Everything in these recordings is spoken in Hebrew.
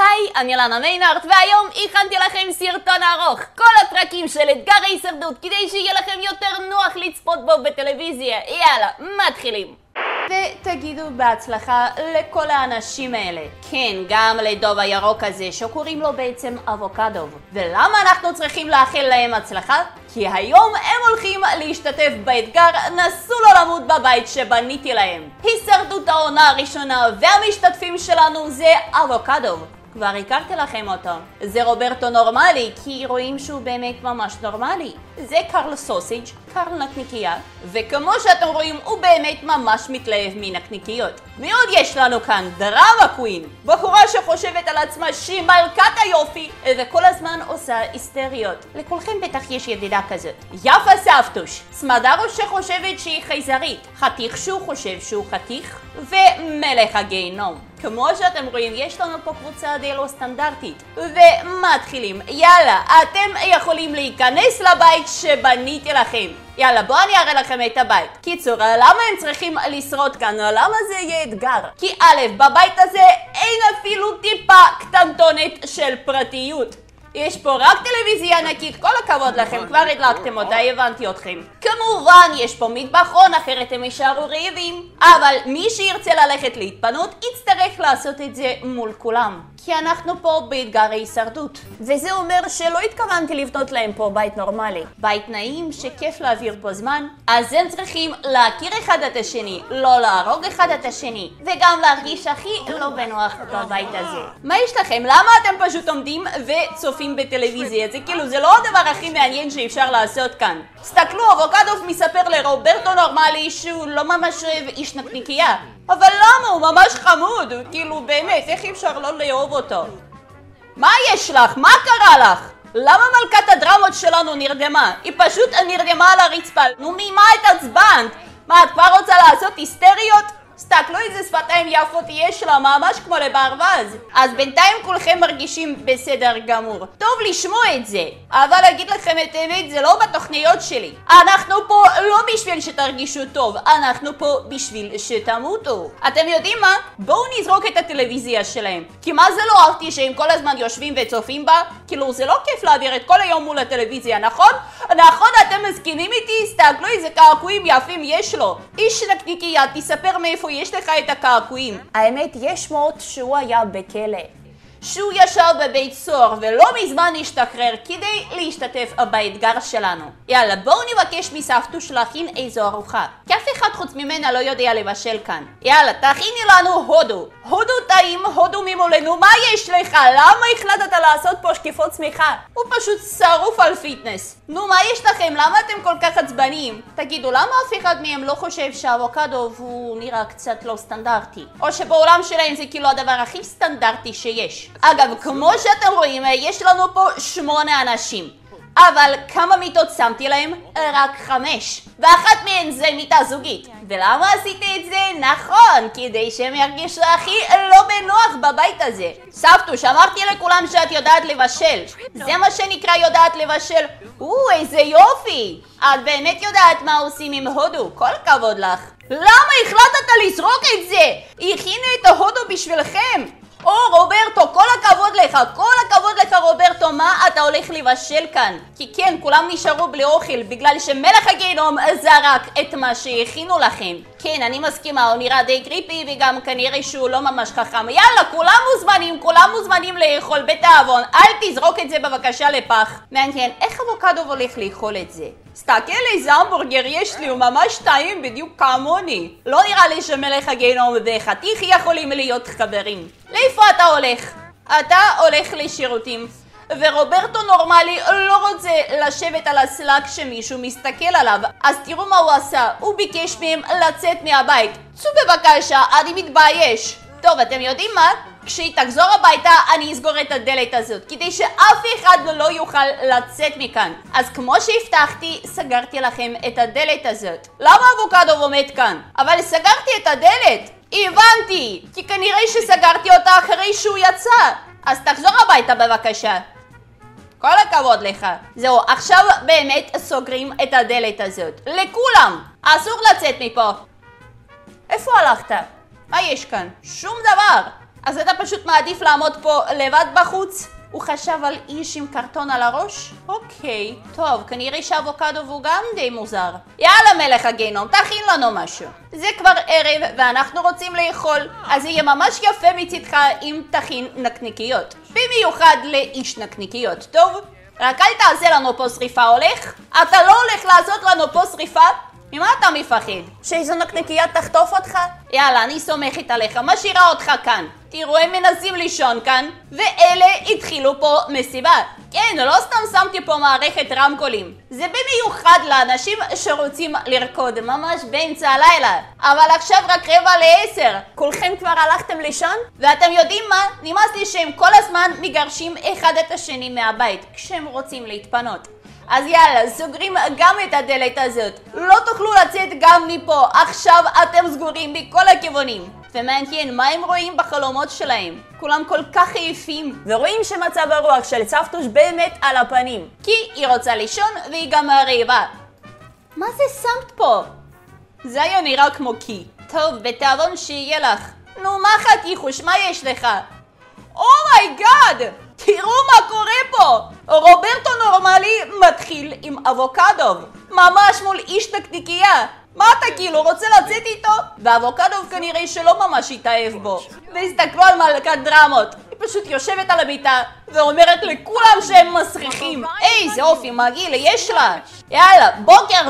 היי, אני אלנה מיינארט, והיום הכנתי לכם סרטון ארוך, כל הפרקים של אתגר ההישרדות, כדי שיהיה לכם יותר נוח לצפות בו בטלוויזיה. יאללה, מתחילים. ותגידו בהצלחה לכל האנשים האלה. כן, גם לדוב הירוק הזה שקוראים לו בעצם אבוקדו. ולמה אנחנו צריכים לאחל להם הצלחה? כי היום הם הולכים להשתתף באתגר נסו לא למות בבית שבניתי להם. הישרדות העונה הראשונה והמשתתפים שלנו זה אבוקדו. כבר הכרתי לכם אותו. זה רוברטו נורמלי, כי רואים שהוא באמת ממש נורמלי. זה קרל סוסיג', קרל נקניקיה, וכמו שאתם רואים הוא באמת ממש מתלהב מנקניקיות. ועוד יש לנו כאן דרמה קווין, בחורה שחושבת על עצמה שהיא מלכת היופי וכל הזמן עושה היסטריות. לכולכם בטח יש ידידה כזאת. יפה סבתוש, סמדרוש שחושבת שהיא חייזרית, חתיך שהוא חושב שהוא חתיך, ומלך הגיהנום. כמו שאתם רואים יש לנו פה קבוצה די לא סטנדרטית. ומתחילים. יאללה, אתם יכולים להיכנס לבית שבניתי לכם. יאללה, בואו אני אראה לכם את הבית. קיצור, למה הם צריכים לשרוד כאן? למה זה יהיה אתגר? כי א', בבית הזה אין אפילו טיפה קטנטונת של פרטיות. יש פה רק טלוויזיה ענקית, כל הכבוד לכם, כבר הדלקתם אותה, הבנתי אתכם. כמובן, יש פה מטבחון, אחרת הם יישארו רעבים. אבל מי שירצה ללכת להתפנות, יצטרך לעשות את זה מול כולם. כי אנחנו פה באתגר ההישרדות. וזה אומר שלא התכוונתי לבנות להם פה בית נורמלי. בית נעים שכיף להעביר פה זמן. אז הם צריכים להכיר אחד את השני, לא להרוג אחד את השני. וגם להרגיש הכי לא בנוח בבית הזה. מה יש לכם? למה אתם פשוט עומדים וצופים בטלוויזיה? זה כאילו, זה לא הדבר הכי מעניין שאפשר לעשות כאן. סתכלו, אבוקדוב מספר לרוברטו נורמלי שהוא לא ממש אוהב איש נקניקייה. אבל למה? הוא ממש חמוד, כאילו באמת, איך אפשר לא לאהוב אותו? מה יש לך? מה קרה לך? למה מלכת הדרמות שלנו נרדמה? היא פשוט נרדמה על הרצפה. נו, ממה התעצבנת? מה, את כבר רוצה לעשות היסטריות? סתכלו איזה שפתיים יפות יש לה, ממש כמו לברווז. אז בינתיים כולכם מרגישים בסדר גמור. טוב לשמוע את זה, אבל אגיד לכם את האמת, זה לא בתוכניות שלי. אנחנו פה לא בשביל שתרגישו טוב, אנחנו פה בשביל שתמותו. אתם יודעים מה? בואו נזרוק את הטלוויזיה שלהם. כי מה זה לא אהבתי שהם כל הזמן יושבים וצופים בה? כאילו זה לא כיף להעביר את כל היום מול הטלוויזיה, נכון? נכון, אתם מסכימים איתי? סתכלו איזה קעקועים יפים יש לו. איש נקניקיה, תספר מאיפה יש לך את הקעקועים. האמת, יש שמועות שהוא היה בכלא. שהוא ישב בבית סוהר ולא מזמן השתחרר כדי להשתתף באתגר שלנו. יאללה, בואו נבקש מסבתוש להכין איזו ארוחה. כי אף אחד חוץ ממנה לא יודע לבשל כאן. יאללה, תכיני לנו הודו. הודו טעים, הודו ממולנו. מה יש לך? למה החלטת לעשות פה שקיפות צמיחה? הוא פשוט שרוף על פיטנס. נו, מה יש לכם? למה אתם כל כך עצבניים? תגידו, למה אף אחד מהם לא חושב שהאבוקדו הוא נראה קצת לא סטנדרטי? או שבעולם שלהם זה כאילו הדבר הכי סטנדרטי שיש. אגב, כמו שאתם רואים, יש לנו פה 8 אנשים. אבל כמה מיטות שמתי להם? רק 5. ואחת מהן זה מיטה זוגית. ולמה עשיתי את זה? נכון, כדי שהם ירגישו הכי לא בנוח בבית הזה. סבתוש, אמרתי לכולם שאת יודעת לבשל. זה מה שנקרא יודעת לבשל. איזה יופי! את באמת יודעת מה עושים עם הודו, כל הכבוד לך. למה החלטת לזרוק את זה? הכינו את ההודו בשבילכם. רוברטו, כל הכבוד לך רוברטו, מה אתה הולך לבשל כאן? כי כן, כולם נשארו בלי אוכל בגלל שמלך הגיהנום זרק את מה שהכינו לכם. כן, אני מסכימה, הוא נראה די קריפי וגם כנראה שהוא לא ממש חכם. יאללה, כולם מוזמנים לאכול בתאבון, אל תזרוק את זה בבקשה לפח. מעניין, איך אבוקדו הולך לאכול את זה? סתכל איזה המבורגר יש לי, הוא ממש טעים בדיוק כמוני. לא נראה לי שמלך הגיהנום וחתיך יכולים להיות חברים. לאיפה אתה הולך? אתה הולך לשירותים. ורוברטו נורמלי לא רוצה לשבת על הסלק שמישהו מסתכל עליו. אז תראו מה הוא עשה, הוא ביקש מהם לצאת מהבית. צאו בבקשה, אני מתבייש. טוב, אתם יודעים מה? כשהיא תחזור הביתה אני אסגור את הדלת הזאת כדי שאף אחד לא יוכל לצאת מכאן. אז כמו שהבטחתי, סגרתי לכם את הדלת הזאת. למה אבוקדו עומד כאן? אבל סגרתי את הדלת. הבנתי, כי כנראה שסגרתי אותה אחרי שהוא יצא. אז תחזור הביתה בבקשה. כל הכבוד לך. זהו, עכשיו באמת סוגרים את הדלת הזאת. לכולם, אסור לצאת מפה. איפה הלכת? מה יש כאן? שום דבר. אז אתה פשוט מעדיף לעמוד פה לבד בחוץ? הוא חשב על איש עם קרטון על הראש? אוקיי, טוב, כנראה שאבוקדו הוא גם די מוזר. יאללה מלך הגיהנום, תכין לנו משהו. זה כבר ערב ואנחנו רוצים לאכול, אז יהיה ממש יפה מצדך אם תכין נקניקיות. במיוחד לאיש נקניקיות, טוב? רק אל תעשה לנו פה שריפה, הולך? אתה לא הולך לעשות לנו פה שריפה? ממה אתה מפחד? שאיזו נקניקיה תחטוף אותך? יאללה, אני סומכת עליך, משאירה אותך כאן. תראו, הם מנסים לישון כאן, ואלה התחילו פה מסיבה. כן, לא סתם שמתי פה מערכת רמקולים. זה במיוחד לאנשים שרוצים לרקוד ממש באמצע הלילה. אבל עכשיו רק 9:45. כולכם כבר הלכתם לישון? ואתם יודעים מה? נמאס לי שהם כל הזמן מגרשים אחד את השני מהבית, כשהם רוצים להתפנות. אז יאללה, סוגרים גם את הדלת הזאת. לא תוכלו לצאת גם מפה. עכשיו אתם סגורים מכל הכיוונים. ומעניין, מה הם רואים בחלומות שלהם? כולם כל כך עייפים. ורואים שמצב הרוח של סבתוש באמת על הפנים. כי היא רוצה לישון והיא גם רעבה. מה זה שמת פה? זה היה נראה כמו קי. טוב, בתיאבון שיהיה לך. נו, מה חתיכוש? מה יש לך? אומייגאד! תראו מה קורה פה! רוברטו נורמלי מתחיל עם אבוקדוב. ממש מול איש נקניקייה. מה אתה כאילו רוצה לצאת איתו? ואבוקדוב כנראה שלא ממש התאהב בו. והסתכלו על מלכת דרמות. היא פשוט יושבת על המיטה ואומרת לכולם שהם מסריחים. איזה אופי מגעיל יש לה. יאללה, בוקר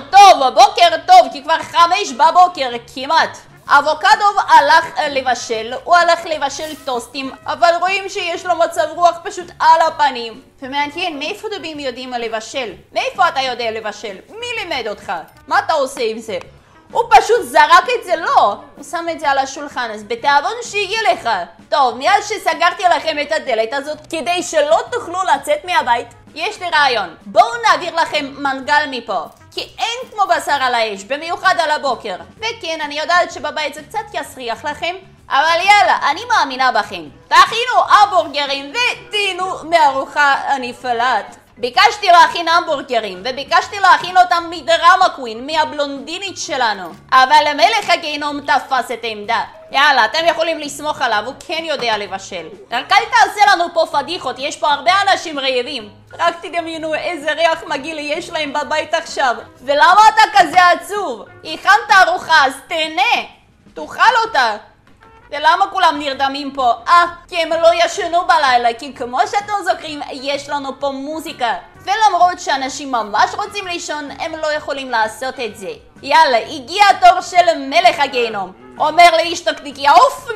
טוב, כי כבר 5 בבוקר כמעט. אבוקדוב הלך לבשל, הוא הלך לבשל טוסטים, אבל רואים שיש לו מצב רוח פשוט על הפנים. ומעניין, מאיפה דובים יודעים לבשל? מאיפה אתה יודע לבשל? מי לימד אותך? מה אתה עושה עם זה? הוא פשוט זרק את זה, לא! הוא שם את זה על השולחן, אז בתיאבון שיהיה לך. טוב, מאז שסגרתי לכם את הדלת הזאת, כדי שלא תוכלו לצאת מהבית, יש לי רעיון. בואו נעביר לכם מנגל מפה. כי אין כמו בשר על האש, במיוחד על הבוקר. וכן, אני יודעת שבבית זה קצת יסריח לכם, אבל יאללה, אני מאמינה בכם. תכינו המבורגרים ותהנו מארוחה הנפלאת. ביקשתי להכין המבורגרים, וביקשתי להכין אותם מדרמה קווין, מהבלונדינית שלנו. אבל המלך הגיהנום תפס את העמדה. יאללה, אתם יכולים לסמוך עליו, הוא כן יודע לבשל. רק אל תעשה לנו פה פדיחות, יש פה הרבה אנשים רעבים. רק תדמיינו איזה ריח מגעיל יש להם בבית עכשיו. ולמה אתה כזה עצוב? הכנת ארוחה, אז תהנה. תאכל אותה. ולמה כולם נרדמים פה? כי הם לא ישנו בלילה, כי כמו שאתם זוכרים, יש לנו פה מוזיקה. ולמרות שאנשים ממש רוצים לישון, הם לא יכולים לעשות את זה. יאללה, הגיע התור של מלך הגיהנום. אומר לאיש נקניקייה, עוף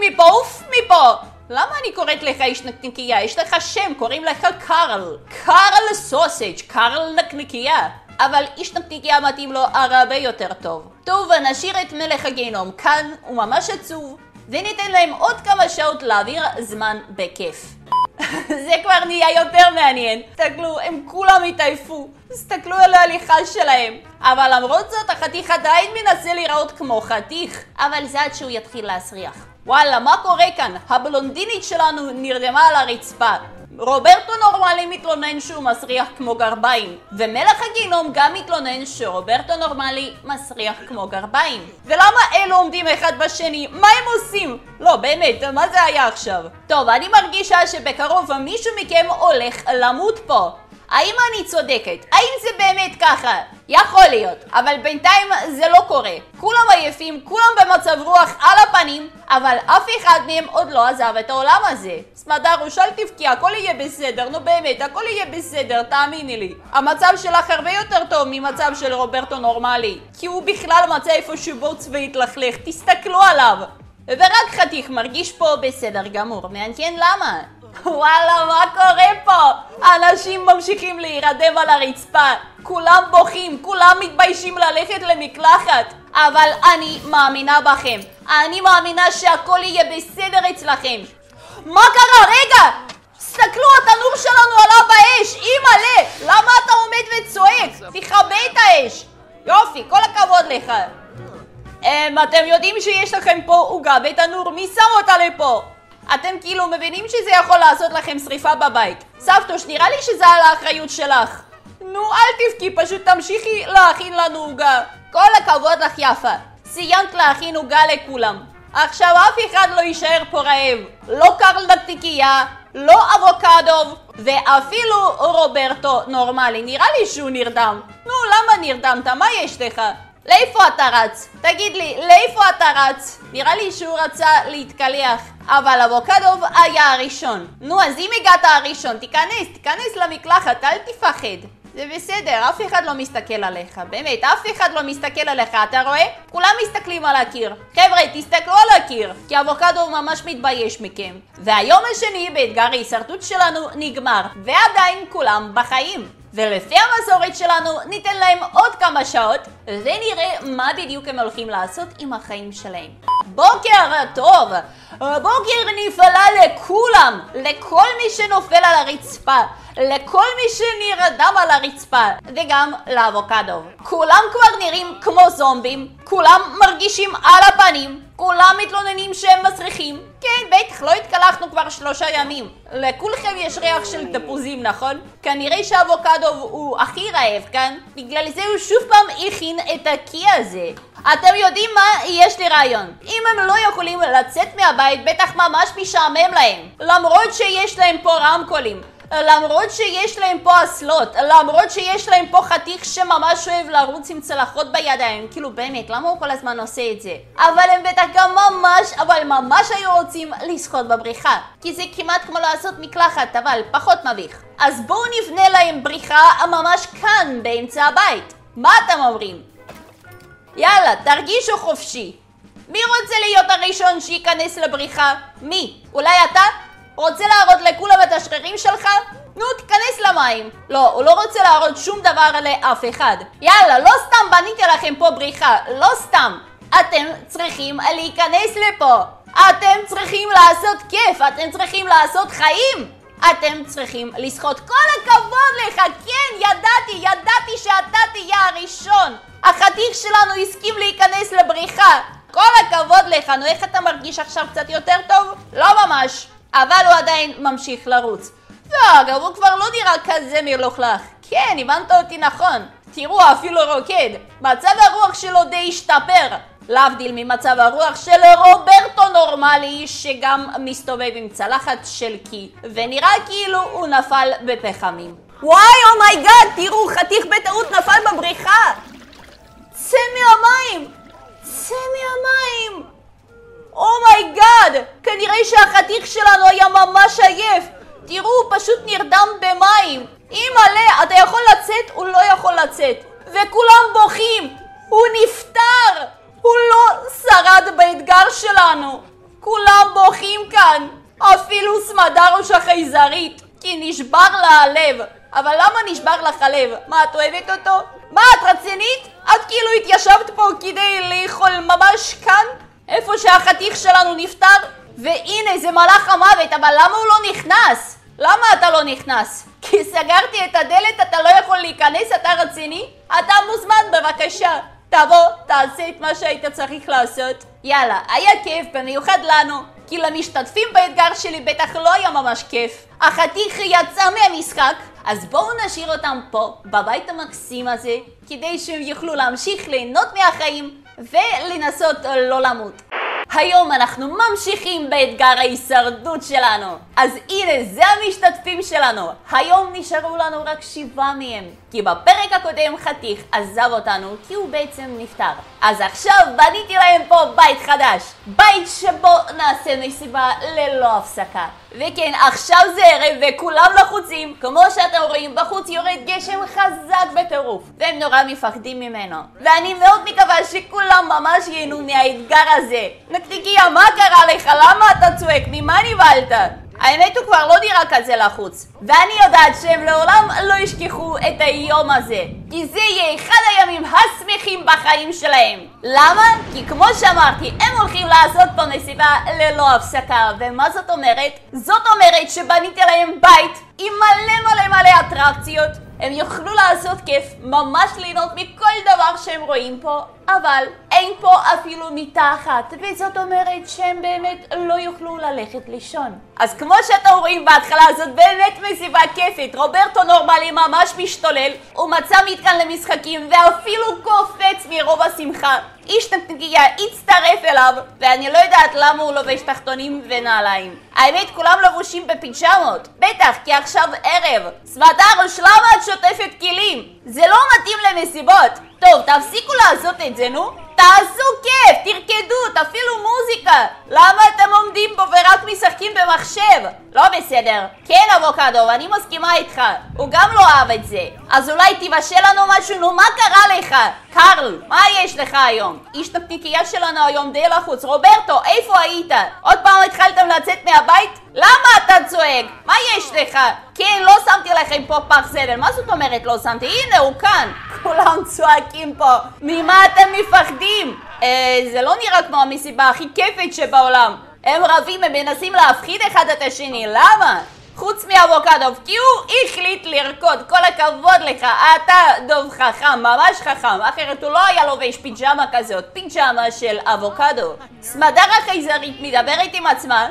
מפה! למה אני קוראת לך איש נקניקייה? יש לך שם, קוראים לך קארל. קארל סוסג', קארל נקניקייה. אבל איש נקניקייה מתאים לו הרבה יותר טוב. טוב, נשאיר את מלך הגיהנום כאן, הוא ממש עצוב. וניתן להם עוד כמה שעות להעביר זמן בכיף. זה כבר נהיה יותר מעניין. תסתכלו, הם כולם התעייפו. תסתכלו על ההליכה שלהם. אבל למרות זאת, החתיך עדיין מנסה לראות כמו חתיך. אבל זה עד שהוא יתחיל להסריח. וואלה, מה קורה כאן? הבלונדינית שלנו נרדמה על הרצפה. רוברטו נורמלי מתלונן שהוא מסריח כמו גרביים. ומלך הגיהנום גם מתלונן שרוברטו נורמלי מסריח כמו גרביים. ולמה אלו עומדים אחד בשני? מה הם עושים? לא, באמת, מה זה היה עכשיו? טוב, אני מרגישה שבקרוב מישהו מכם הולך למות פה. האם אני צודקת? האם זה באמת ככה? יכול להיות, אבל בינתיים זה לא קורה. כולם עייפים, כולם במצב רוח על הפנים, אבל אף אחד מהם עוד לא עזב את העולם הזה. סמדרוש, אל תבכי, הכל יהיה בסדר, נו באמת, הכל יהיה בסדר, תאמיני לי. המצב שלך הרבה יותר טוב ממצב של רוברטו נורמלי, כי הוא בכלל מצא איפשהו בוץ והתלכלך, תסתכלו עליו. ורק חתיך מרגיש פה בסדר גמור, מעניין למה? וואלה, מה קורה פה? אנשים ממשיכים להירדם על הרצפה, כולם בוכים, כולם מתביישים ללכת למקלחת. אבל אני מאמינה בכם, אני מאמינה שהכל יהיה בסדר אצלכם. מה קרה? רגע! תסתכלו, התנור שלנו עלה באש, אימא'לה! למה אתה עומד וצועק? תכבה את האש. יופי, כל הכבוד לך. אתם יודעים שיש לכם פה עוגה בתנור, מי שם אותה לפה? אתם כאילו מבינים שזה יכול לעשות לכם שריפה בבית. סבתוש, נראה לי שזה על האחריות שלך. נו, אל תבכי, פשוט תמשיכי להכין לנו עוגה. כל הכבוד לך יפה. סיימת להכין עוגה לכולם. עכשיו אף אחד לא יישאר פה רעב. לא קרלתיקייה, לא אבוקדו, ואפילו רוברטו נורמלי. נראה לי שהוא נרדם. נו, למה נרדמת? מה יש לך? לאיפה אתה רץ? תגיד לי, לאיפה אתה רץ? נראה לי שהוא רצה להתקלח, אבל אבוקדו היה הראשון. נו, אז אם הגעת הראשון, תיכנס למקלחת, אל תפחד. זה בסדר, אף אחד לא מסתכל עליך, באמת, אף אחד לא מסתכל עליך, אתה רואה? כולם מסתכלים על הקיר. חבר'ה, תסתכלו על הקיר, כי אבוקדו ממש מתבייש מכם. והיום השני באתגר ההישרדות שלנו נגמר, ועדיין כולם בחיים. ולפי המסורת שלנו ניתן להם עוד כמה שעות, ונראה מה בדיוק הם הולכים לעשות עם החיים שלהם. בוקר טוב! בוקר נפלא לכולם, לכל מי שנופל על הרצפה, לכל מי שנרדם על הרצפה, וגם לאבוקדו. כולם כבר נראים כמו זומבים, כולם מרגישים על הפנים, כולם מתלוננים שהם מסריחים. כן, בטח, לא התקלחנו כבר 3 ימים. לכולכם יש ריח של תפוזים, נכון? כנראה שהאבוקדו הוא הכי רעב כאן, בגלל זה הוא שוב פעם הכין את הקי הזה. אתם יודעים מה? יש לי רעיון. אם הם לא יכולים לצאת מהבית, בטח ממש משעמם להם. למרות שיש להם פה רמקולים, למרות שיש להם פה אסלות, למרות שיש להם פה חתיך שממש אוהב לרוץ עם צלחות בידיים. כאילו באמת, למה הוא כל הזמן עושה את זה? אבל הם בטח גם ממש היו רוצים לשחות בבריכה, כי זה כמעט כמו לעשות מקלחת, אבל פחות מביך. אז בואו נבנה להם בריכה ממש כאן באמצע הבית. מה אתם אומרים? יאללה, תרגישו חופשי. מי רוצה להיות הראשון שייכנס לבריכה? מי? אולי אתה? רוצה להראות לכולם את השרירים שלך? נו, תיכנס למים. לא, הוא לא רוצה להראות שום דבר לאף אחד. יאללה, לא סתם בניתי לכם פה בריכה, לא סתם. אתם צריכים להיכנס לפה. אתם צריכים לעשות כיף, אתם צריכים לעשות חיים. אתם צריכים לשחות. כל הכבוד לך, כן, ידעתי שאתה תהיה הראשון. החתיך שלנו הסכים להיכנס לבריכה. כל הכבוד לך. נו, איך אתה מרגיש עכשיו קצת יותר טוב? לא ממש. אבל הוא עדיין ממשיך לרוץ. ואגב, הוא כבר לא נראה כזה מלוכלך. כן, הבנת אותי נכון. תראו, אפילו רוקד. מצב הרוח שלו די השתפר. להבדיל ממצב הרוח של רוברטו נורמלי, שגם מסתובב עם צלחת של קי, ונראה כאילו הוא נפל בפחמים. וואי, אומייגאד, תראו, חתיך בטעות נפל בבריכה. צא מהמים! צא מהמים! אומייגאד! כנראה שהחתיך שלנו היה ממש עייף. תראו, הוא פשוט נרדם במים. אימא'לה, אתה יכול לצאת? הוא לא יכול לצאת. וכולם בוכים. הוא נפטר! הוא לא שרד באתגר שלנו. כולם בוכים כאן. אפילו סמדרוש החייזרית, כי נשבר לה הלב. אבל למה נשבר לך הלב? מה, את אוהבת אותו? מה, את רצינית? את כאילו התיישבת פה כדי לאכול ממש כאן? איפה שהחתיך שלנו נפטר? והנה, זה מלאך המוות, אבל למה הוא לא נכנס? למה אתה לא נכנס? כי סגרתי את הדלת, אתה לא יכול להיכנס, אתה רציני? אתה מוזמן, בבקשה. תבוא, תעשה את מה שהיית צריך לעשות. יאללה, היה כיף, במיוחד לנו, כי למשתתפים באתגר שלי בטח לא היה ממש כיף. החתיך יצא מהמשחק, אז בואו נשאיר אותם פה, בבית המקסים הזה, כדי שהם יוכלו להמשיך ליהנות מהחיים ולנסות לא למות. היום אנחנו ממשיכים באתגר ההישרדות שלנו. אז הנה, זה המשתתפים שלנו. היום נשארו לנו רק 7 מהם, כי בפרק הקודם חתיך עזב אותנו כי הוא בעצם נפטר. אז עכשיו בניתי להם פה בית חדש, בית שבו נעשה מסיבה ללא הפסקה. וכן, עכשיו זה ערב וכולם לחוצים. כמו שאתם רואים, בחוץ יורד גשם חזק בטירוף, והם נורא מפחדים ממנו. ואני מאוד מקווה שכולם ממש ייהנו מהאתגר הזה. נקטיקיה, מה קרה לך? למה אתה צועק? ממה נבהלת? האמת, הוא כבר לא נראה כזה לחוץ. ואני יודעת שהם לעולם לא ישכחו את היום הזה, כי זה יהיה אחד הימים השמחים בחיים שלהם. למה? כי כמו שאמרתי, הם הולכים לעשות פה מסיבה ללא הפסקה. ומה זאת אומרת? זאת אומרת שבניתי להם בית עם מלא אטרקציות. הם יוכלו לעשות כיף, ממש ליהנות מכל דבר שהם רואים פה, אבל אין פה אפילו מיטה אחת, וזאת אומרת שהם באמת לא יוכלו ללכת לישון. אז כמו שאתם רואים בהתחלה, זאת באמת מסיבה כיפית. רוברטו נורמלי ממש משתולל, הוא מצא מתקן למשחקים ואפילו קופץ מרוב השמחה. איש נקניקייה הצטרף אליו, ואני לא יודעת למה הוא לובש תחתונים ונעליים. האמת, כולם לבושים בפיג'מות. בטח, כי עכשיו ערב. סמדרוש, למה את שוטפת כלים? זה לא מתאים למסיבות. טוב, תפסיקו לעשות את זה, נו. תעשו כיף, תרקדו, תפעילו מוזיקה. למה אתם עומדים פה ורק משחקים במחשב? לא בסדר. כן, אבוקדו, אני מסכימה איתך. הוא גם לא אהב את זה. אז אולי תבשל לנו משהו, נו, מה קרה לך? קרל, מה יש לך היום? איש נקניקייה שלנו היום די לחוץ. רוברטו, איפה היית? עוד פעם התחלתם לצאת מהבית? למה אתה צועק? מה יש לך? כן, לא שמתי לכם פה פח זבל. מה זאת אומרת לא שמתי? הנה, הוא כאן. כולם צועקים פה. ממה אתם מפחדים? זה לא נראה כמו המסיבה הכי כיפית שבעולם. הם רבים, הם מנסים להפחיד אחד את השני. למה? חוץ מאבוקדו, כי הוא החליט לרקוד. כל הכבוד לך, אתה דוב חכם, ממש חכם. אחרת הוא לא היה לובש פיג'מה כזאת, פיג'מה של אבוקדו. סמדר החייזרית מדברת עם עצמה,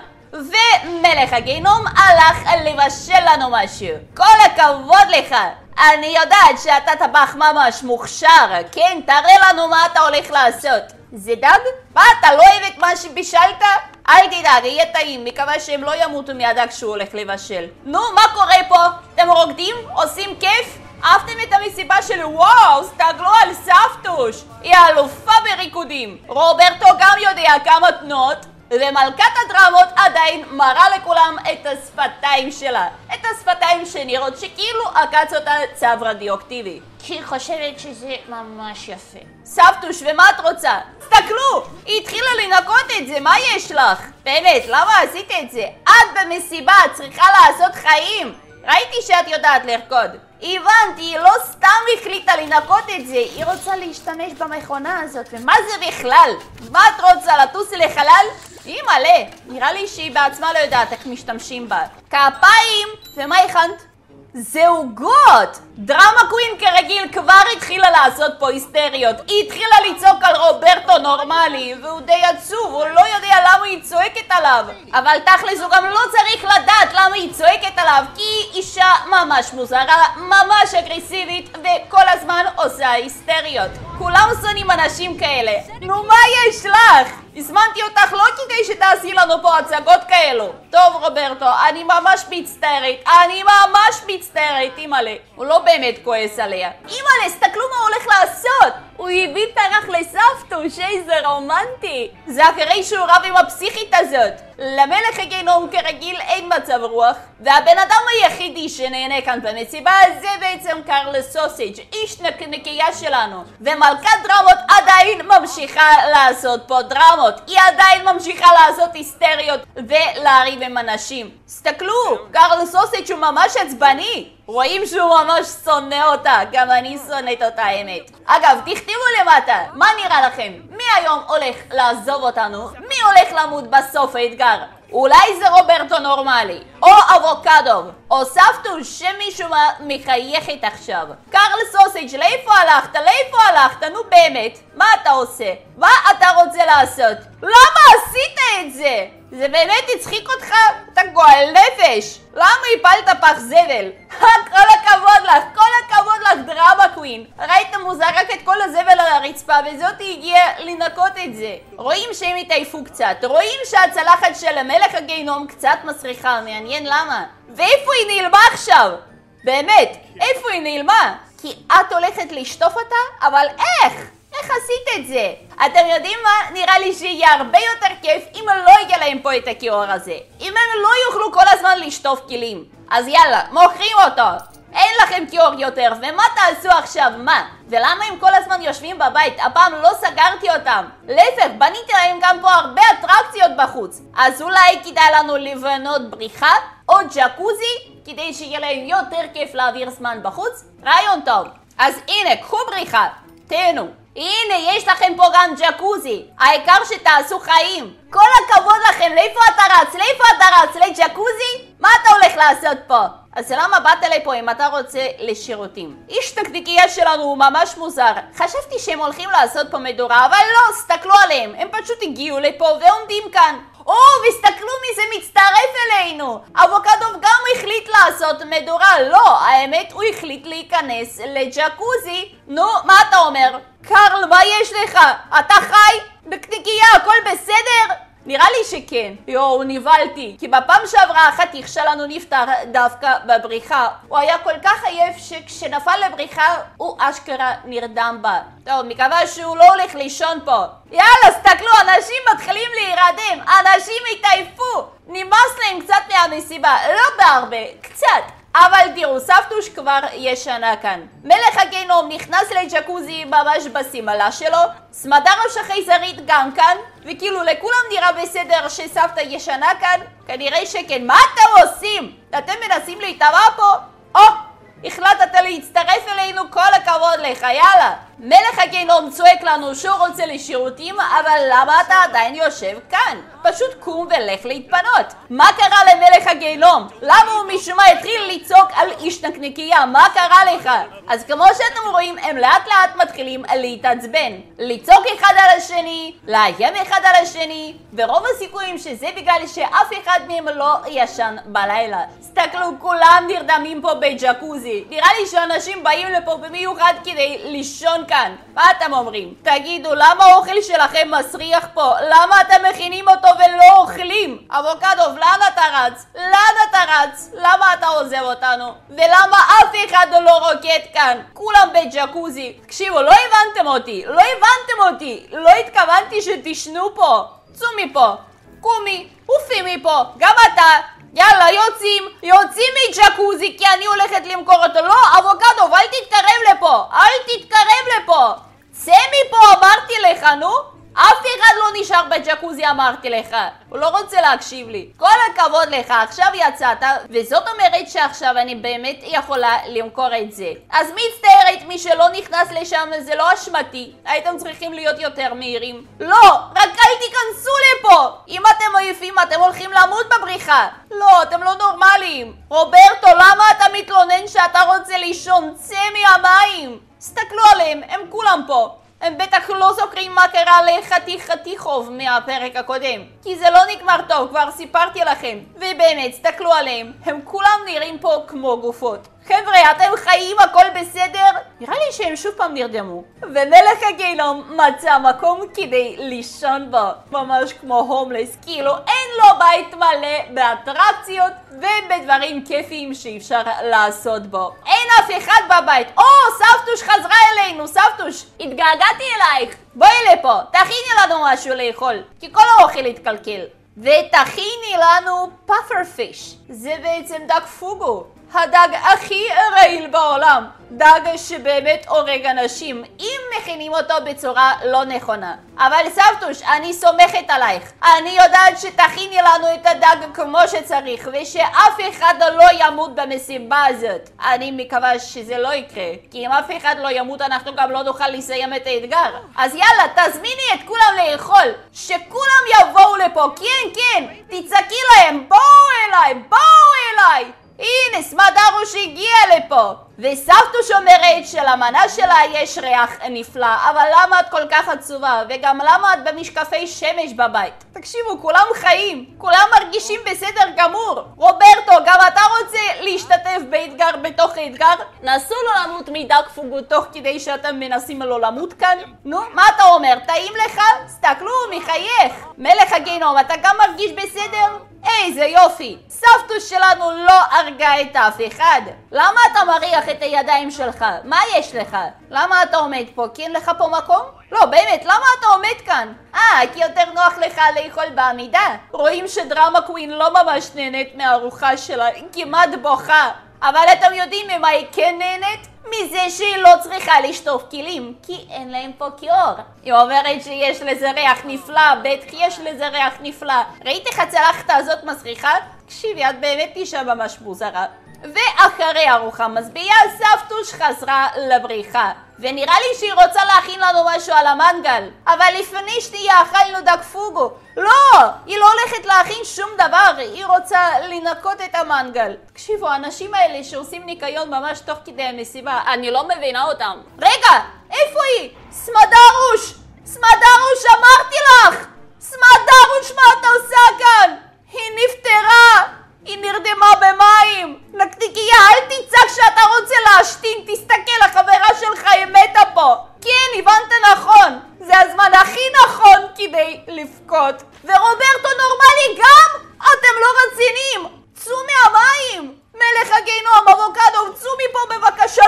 ומלך הגיהנום הלך לבשל לנו משהו. כל הכבוד לך. אני יודעת שאתה טבח ממש מוכשר. כן, תראה לנו מה אתה הולך לעשות. זה דג? מה, אתה לא אוהב את מה שבישלת? אל תדאג, יהיה טעים, מקווה שהם לא ימותו מהדג שהוא הולך לבשל. נו, מה קורה פה? אתם רוקדים? עושים כיף? אהבתם את המסיבה של וואו, סתגלו על סבתוש. היא אלופה בריקודים. רוברטו גם יודע כמה תנועות, ומלכת הדרמות עדיין מראה לכולם את השפתיים שלה. את השפתיים שנראות שכאילו עקץ אותה צו רדיואקטיבי. כי היא חושבת שזה ממש יפה. סבתוש, ומה את רוצה? תסתכלו! היא התחילה לנקות את זה, מה יש לך? באמת, למה עשית את זה? את במסיבה צריכה לעשות חיים. ראיתי שאת יודעת לרקוד. הבנתי, היא לא סתם החליטה לנקות את זה, היא רוצה להשתמש במכונה הזאת. ומה זה בכלל? מה את רוצה, לטוס לחלל? היא מלא, נראה לי שהיא בעצמה לא יודעת איך משתמשים בה. כפיים! ומה הכנת? זה עוגות! דרמה קווין כרגיל כבר התחילה לעשות פה היסטריות. היא התחילה לצעוק על רוברטו נורמלי, והוא די עצוב, הוא לא יודע למה היא צועקת עליו. אבל תכלס הוא גם לא צריך לדעת למה היא צועקת עליו, כי היא אישה ממש מוזרה, ממש אגרסיבית, וכל הזמן עושה היסטריות. כולם שונאים אנשים כאלה. נו, מה יש לך? הזמנתי אותך לא כדי שתעשי לנו פה הצגות כאלו. טוב רוברטו, אני ממש מצטערת, אימא'לה. הוא לא באמת כועס עליה. אימא'לה, סתכלו מה הוא הולך לעשות. הוא הביא פרח לסבתוש, איזה רומנטי. זה אחרי שהוא רב עם הפסיכית הזאת. למלך הגיהנום כרגיל אין מצב רוח, והבן אדם היחידי שנהנה כאן במסיבה זה בעצם קרל סוסג', איש נקניקייה שלנו. ומלכת דרמות עדיין ממשיכה לעשות פה דרמות. היא עדיין ממשיכה לעשות היסטריות ולהריב עם אנשים. סתכלו, קרל סוסג' הוא ממש עצבני. רואים שהוא ממש שונא אותה, גם אני שונאת אותה האמת. אגב, תכתבו למטה, מה נראה לכם? מי היום הולך לעזוב אותנו? מי הולך למות בסוף האתגר? אולי זה רוברטו נורמלי, או אבוקדו, או סבתוש שמישהו מחייכת עכשיו. קרל סוסג', לאיפה הלכת? נו באמת, מה אתה עושה? מה אתה רוצה לעשות? למה עשית את זה? זה באמת הצחיק אותך? אתה גועל נפש. למה הפלת פח זבל? כל הכבוד לך דרמה קווין. ראיתם, הוא זרק את כל הזבל על הרצפה וזאת הגיעה לנקות את זה. רואים שהם התעייפו קצת, רואים שהצלחת של המלך הגיהנום קצת מסריחה, מעניין למה. ואיפה היא נעלמה עכשיו? באמת, איפה היא נעלמה? כי את הולכת לשטוף אותה? אבל איך? איך עשית את זה? אתם יודעים מה? נראה לי שיהיה הרבה יותר כיף אם לא יהיה להם פה את הכיור הזה. אם הם לא יוכלו כל הזמן לשטוף כלים. אז יאללה, מוכרים אותו. אין לכם כיור יותר, ומה תעשו עכשיו? מה? ולמה הם כל הזמן יושבים בבית? הפעם לא סגרתי אותם. להפך, בניתי להם גם פה הרבה אטרקציות בחוץ. אז אולי כדאי לנו לבנות בריכה או ג'קוזי, כדי שיהיה להם יותר כיף להעביר זמן בחוץ? רעיון טוב. אז הנה, קחו בריכה. תהנו. הנה, יש לכם פה גם ג'קוזי. העיקר שתעשו חיים. כל הכבוד לכם, לאיפה אתה רץ? לג'קוזי? מה אתה הולך לעשות פה? אז למה באת לפה אם אתה רוצה לשירותים? איש תקדיקיה שלנו הוא ממש מוזר. חשבתי שהם הולכים לעשות פה מדורה, אבל לא, סתכלו עליהם. הם פשוט הגיעו לפה ועומדים כאן. וסתכלו מי זה מצטרף אלינו. אבוקדוב גם החליט לעשות מדורה. לא, האמת הוא החליט להיכנס לג'קוזי. נו, מה אתה אומר? קרל, מה יש לך? אתה חי? בקדיקיה, הכל בסדר? נראה לי שכן. נבלתי. כי בפעם שעברה החתיך שלנו נפטר דווקא בבריחה. הוא היה כל כך עייף שכשנפל לבריחה הוא אשכרה נרדם בה. טוב, מקווה שהוא לא הולך לישון פה. יאללה, סתכלו, אנשים מתחילים להירדם. אנשים התעייפו. נמאס להם קצת מהמסיבה. לא בהרבה, קצת. אבל תראו, סבתוש כבר ישנה כאן. מלך הגיהנום נכנס לג'קוזי ממש בשמלה שלו, סמדרוש החייזרית גם כאן, וכאילו לכולם נראה בסדר שסבתא ישנה כאן? כנראה שכן. מה אתם עושים? אתם מנסים להתאבע פה? החלטת להצטרף אלינו, כל הכבוד לך, יאללה. מלך הגיהנום צועק לנו שהוא רוצה לשירותים, אבל למה אתה עדיין יושב כאן? פשוט קום ולך להתפנות. מה קרה למלך הגיהנום? למה הוא משום מה התחיל לצעוק על איש נקניקיה? מה קרה לך? אז כמו שאתם רואים, הם לאט לאט מתחילים להתעצבן. לצעוק אחד על השני, לאיים אחד על השני, ורוב הסיכויים שזה בגלל שאף אחד מהם לא ישן בלילה. תסתכלו, כולם נרדמים פה בג'קוזי. נראה לי שאנשים באים לפה במיוחד כדי לישון כאן. מה אתם אומרים? תגידו, למה האוכל שלכם מסריח פה? למה אתם מכינים אותו ולא אוכלים? אבוקדוב, לאן אתה רץ? לאן אתה רץ? למה אתה עוזב אותנו? ולמה אף אחד לא רוקד כאן? כולם בג'קוזי. תקשיבו, לא הבנתם אותי. לא הבנתם אותי. לא התכוונתי שתשנו פה. צאו מפה. קומי. עופי מפה. גם אתה. יאללה, יוצאים מג'קוזי כי אני הולכת למכור אותו. לא, אבוקדוב, אל תתקרב לפה. אל תתקרב לפה. צא מפה, אמרתי לך, נו. אף אחד לא נשאר בג'קוזי, אמרתי לך. הוא לא רוצה להקשיב לי. כל הכבוד לך, עכשיו יצאת, וזאת אומרת שעכשיו אני באמת יכולה למכור את זה. אז מצטערת, מי שלא נכנס לשם זה לא אשמתי. הייתם צריכים להיות יותר מהירים. לא, רק אל תיכנסו לפה. אם אתם עייפים, אתם הולכים למות בבריחה. לא, אתם לא נורמליים. רוברטו, למה אתה מתלונן שאתה רוצה לישון? צא מהמים. תסתכלו עליהם, הם כולם פה. הם בטח לא זוכרים מה קרה לחתיכוב מהפרק הקודם, כי זה לא נגמר טוב, כבר סיפרתי לכם. ובאמת, תסתכלו עליהם, הם כולם נראים פה כמו גופות. חבר'ה, אתם חיים, הכל בסדר? נראה לי שהם שוב פעם נרדמו. ומלך הגיהנום מצא מקום כדי לישון בו. ממש כמו הומלס, כאילו אין לו בית מלא באטרקציות ובדברים כיפיים שאפשר לעשות בו. אין אף אחד בבית. סבתוש חזרה אלינו, סבתוש. התגעגעתי אלייך. בואי לפה, תכיני לנו משהו לאכול, כי כל האוכל התקלקל. ותכיני לנו פאפר פיש. זה בעצם דג פוגו. הדג הכי רעיל בעולם. דג שבאמת הורג אנשים אם מכינים אותו בצורה לא נכונה. אבל סבתוש, אני סומכת עלייך. אני יודעת שתכיני לנו את הדג כמו שצריך ושאף אחד לא ימות במסיבה הזאת. אני מקווה שזה לא יקרה, כי אם אף אחד לא ימות אנחנו גם לא נוכל לסיים את האתגר. אז יאללה, תזמיני את כולם לאכול, שכולם יבואו לפה. כן, תצעקי להם, בואו אליי. הנה, סמדרוש הגיע לפה. וסבתוש אומרת שלמנה שלה יש ריח נפלא, אבל למה את כל כך עצובה? וגם למה את במשקפי שמש בבית? תקשיבו, כולם חיים, כולם מרגישים בסדר גמור. רוברטו, גם אתה רוצה להשתתף באתגר בתוך האתגר? נסו לא למות מדג פוגו תוך כדי שאתם מנסים לא למות כאן? נו, מה אתה אומר? טעים לך? סתכלו, מחייך. מלך הגיהנום, אתה גם מרגיש בסדר? איזה יופי, סבתוש שלנו לא הרגה את אף אחד. למה אתה מריח את הידיים שלך? מה יש לך? למה אתה עומד פה? כי אין לך פה מקום? לא, באמת, למה אתה עומד כאן? כי יותר נוח לך לאכול בעמידה. רואים שדרמה קווין לא ממש נהנית מהארוחה שלה, כמעט בוכה. אבל אתם יודעים ממה היא כן נהנית? מזה שהיא לא צריכה לשטוף כלים, כי אין להם פה כיור. היא אומרת שיש לזה ריח נפלא, בטח יש לזה ריח נפלא. ראית איך הצלחת הזאת מסריחה? תקשיבי, את באמת אישה ממש מוזרה. ואחרי ארוחה משביעה, סבתוש חזרה לבריכה. ונראה לי שהיא רוצה להכין לנו משהו על המנגל. אבל לפני שנייה אכלנו דג פוגו. לא! היא לא הולכת להכין שום דבר. היא רוצה לנקות את המנגל. תקשיבו, האנשים האלה שעושים ניקיון ממש תוך כדי המסיבה, אני לא מבינה אותם. רגע! איפה היא? סמדרוש! סמדרוש, אמרתי לך! סמדרוש, מה אתה עושה כאן? היא נפטרה! היא נרדמה במים! נקניקיה, אל תצעק שאתה רוצה להשתין, תסתכל, החברה שלך היא מתה פה! כן, הבנת נכון! זה הזמן הכי נכון כדי לבכות. ורוברטו נורמלי גם? אתם לא רציניים! צאו מהמים! מלך הגיהנום, אבוקדוב, צאו מפה בבקשה!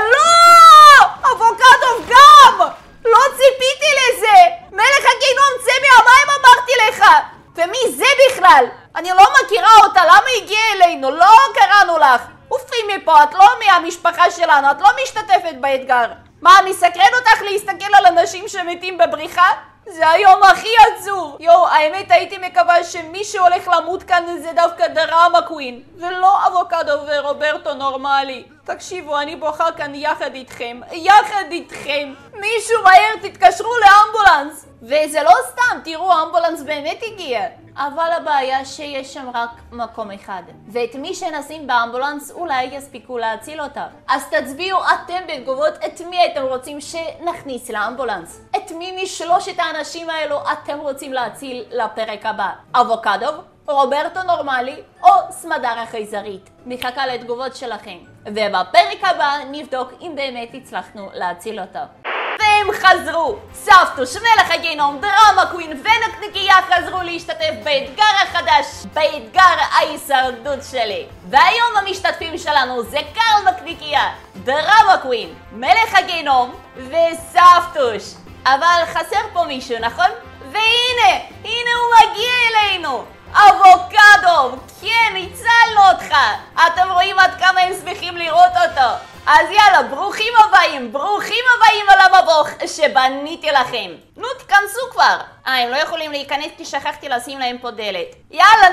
לא! אבוקדוב גם! לא ציפיתי לזה! מלך הגיהנום, צא מהמים אמרתי לך! ומי זה בכלל? אני לא מכירה אותה, למה הגיעה אלינו? לא קראנו לך. עופי מפה, את לא מהמשפחה שלנו, את לא משתתפת באתגר. מה, מסקרן אותך להסתכל על אנשים שמתים בבריכה? זה היום הכי עצוב. יו, האמת הייתי מקווה שמי שהולך למות כאן זה דווקא דרמה קווין, ולא אבוקדו ורוברטו נורמלי. תקשיבו, אני בוכה כאן יחד איתכם. יחד איתכם. מישהו מהר תתקשרו לאמבולנס. וזה לא סתם, תראו, האמבולנס באמת הגיע. אבל הבעיה שיש שם רק מקום אחד. ואת מי שנשים באמבולנס אולי יספיקו להציל אותה. אז תצביעו אתם בתגובות את מי אתם רוצים שנכניס לאמבולנס. את מי משלושת האנשים האלו אתם רוצים להציל לפרק הבא. אבוקדוב, רוברטו נורמלי או סמדר החייזרית. מחכה לתגובות שלכם. ובפרק הבא נבדוק אם באמת הצלחנו להציל אותה. והם חזרו! סבתוש, מלך הגיהנום, דרמה קווין ונקניקיה חזרו להשתתף באתגר החדש, באתגר ההישרדות שלי. והיום המשתתפים שלנו זה קרל נקניקיה, דרמה קווין, מלך הגיהנום וסבתוש. אבל חסר פה מישהו, נכון? והנה, הנה הוא מגיע אלינו! אבוקדו! כן, הצלנו אותך! אתם רואים עד כמה הם שמחים לראות אותו. אז יאללה, ברוכים הבאים על המבוך שבניתי לכם. נו, תכנסו כבר. הם לא יכולים להיכנס כי שכחתי לשים להם פה דלת. יאללה,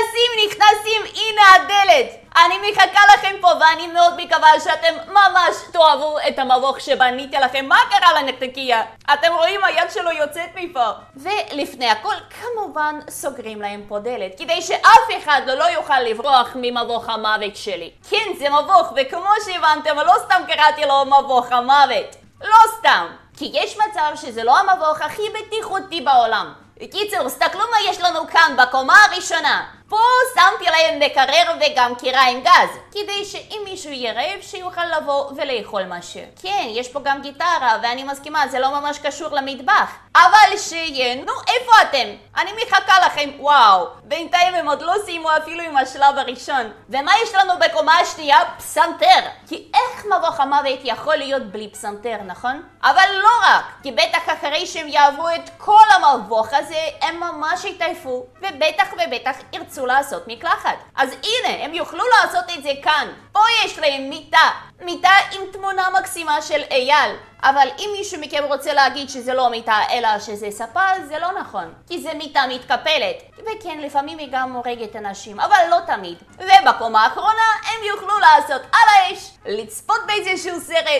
נכנסים, הנה הדלת. אני מחכה לכם פה ואני מאוד מקווה שאתם ממש תאהבו את המבוך שבניתי לכם. מה קרה לנקניקיה? אתם רואים, היד שלו יוצאת מפה. ולפני הכל, כמובן, סוגרים להם פה דלת, כדי שאף אחד לא יוכל לברוח ממבוך המוות שלי. כן, זה מבוך, וכמו שהבנתם, לא סתם קראתי לו מבוך המוות. לא סתם. כי יש מצב שזה לא המבוך הכי בטיחותי בעולם. בקיצור, תסתכלו מה יש לנו כאן בקומה הראשונה. פה שמתי להם מקרר וגם קירה עם גז, כדי שאם מישהו יהיה רעב שיוכל לבוא ולאכול משהו. כן, יש פה גם גיטרה, ואני מסכימה, זה לא ממש קשור למטבח. אבל שיהיה, נו, איפה אתם? אני מחכה לכם, וואו. בינתיים הם עוד לא סיימו אפילו עם השלב הראשון. ומה יש לנו בקומה השנייה? פסנתר. כי איך מבוך המוות יכול להיות בלי פסנתר, נכון? אבל לא רק, כי בטח אחרי שהם יעברו את כל המבוך הזה, הם ממש יתעייפו, ובטח ירצו לעשות מקלחת. אז הנה, הם יוכלו לעשות את זה כאן. פה יש להם מיטה עם תמונה מקסימה של אייל. אבל אם מישהו מכם רוצה להגיד שזה לא מיטה אלא שזה ספה, זה לא נכון. כי זה מיטה מתקפלת. וכן, לפעמים היא גם הורגת אנשים, אבל לא תמיד. ובקומה האחרונה הם יוכלו לעשות על האש, לצפות באיזשהו סרט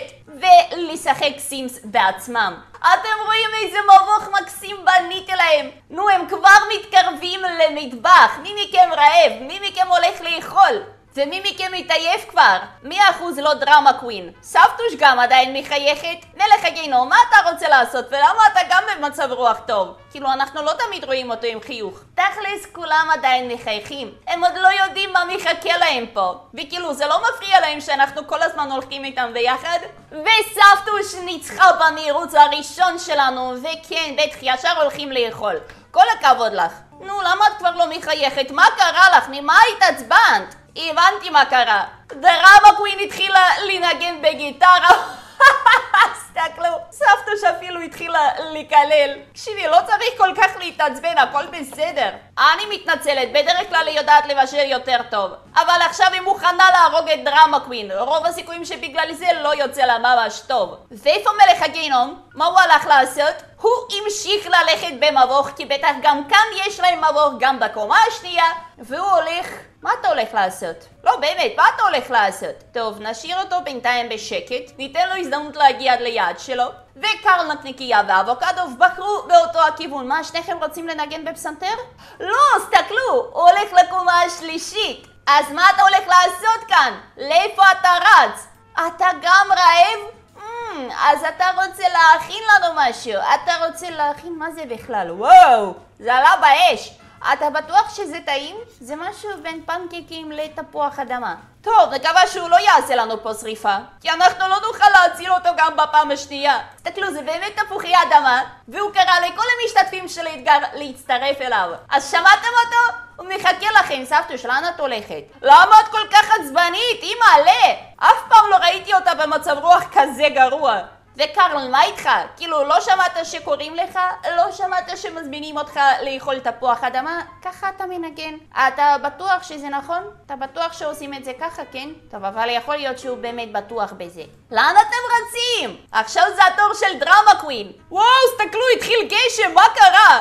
ולשחק סימס בעצמם. אתם רואים איזה מבוך מקסים בניתי להם. נו, הם כבר מתקרבים למטבח. מי מכם רעב? מי מכם הולך לאכול? ומי מכם מתעייף כבר? 100% לא דרמה קווין. סבתוש גם עדיין מחייכת. מלך הגיהנום, מה אתה רוצה לעשות? ולמה אתה גם במצב רוח טוב? כאילו, אנחנו לא תמיד רואים אותו עם חיוך. תכלס, כולם עדיין מחייכים. הם עוד לא יודעים מה מחכה להם פה. וכאילו, זה לא מפריע להם שאנחנו כל הזמן הולכים איתם ביחד. וסבתוש ניצחה במרוץ הראשון שלנו. וכן, בטח ישר הולכים לאכול. כל הכבוד לך. נו, למה את כבר לא מחייכת? מה קרה לך? ממה התעצבנת? הבנתי מה קרה. דרמה קווין התחילה לנגן בגיטרה. תסתכלו, סבתוש אפילו התחילה לקלל. תקשיבי, לא צריך כל כך להתעצבן, הכל בסדר. אני מתנצלת, בדרך כלל היא יודעת לבשל יותר טוב. אבל עכשיו היא מוכנה להרוג את דרמה קווין. רוב הסיכויים שבגלל זה לא יוצא לה ממש טוב. ואיפה מלך הגיהנום? מה הוא הלך לעשות? הוא המשיך ללכת במבוך, כי בטח גם כאן יש להם מבוך גם בקומה השנייה. והוא הולך... מה אתה הולך לעשות? לא באמת, מה אתה הולך לעשות? טוב, נשאיר אותו בינתיים בשקט, ניתן לו הזדמנות להגיע עד ליעד שלו. וקרל נקניקייה ואבוקדוב בחרו באותו הכיוון. מה, שניכם רוצים לנגן בפסנתר? לא, סתכלו, הוא הולך לקומה השלישית. אז מה אתה הולך לעשות כאן? לאיפה אתה רץ? אתה גם רעב? אז אתה רוצה להכין לנו משהו. אתה רוצה להכין מה זה בכלל? וואו, זה עלה באש. אתה בטוח שזה טעים? זה משהו בין פנקקים לתפוח אדמה. טוב, נקווה שהוא לא יעשה לנו פה שריפה, כי אנחנו לא נוכל להציל אותו גם בפעם השנייה. תסתכלו, זה באמת תפוחי אדמה, והוא קרא לכל המשתתפים של האתגר להצטרף אליו. אז שמעתם אותו? הוא מחכה לכם. סבתוש, לאן את הולכת? למה את כל כך עצבנית? אמא, עלה! אף פעם לא ראיתי אותה במצב רוח כזה גרוע. וקרל, מה איתך? כאילו, לא שמעת שקוראים לך? לא שמעת שמזמינים אותך לאכול תפוח אדמה? ככה אתה מנגן. אתה בטוח שזה נכון? אתה בטוח שעושים את זה ככה, כן? טוב, אבל יכול להיות שהוא באמת בטוח בזה. לאן אתם רצים? עכשיו זה התור של דרמה קווין. וואו, סתכלו, התחיל גשם, מה קרה?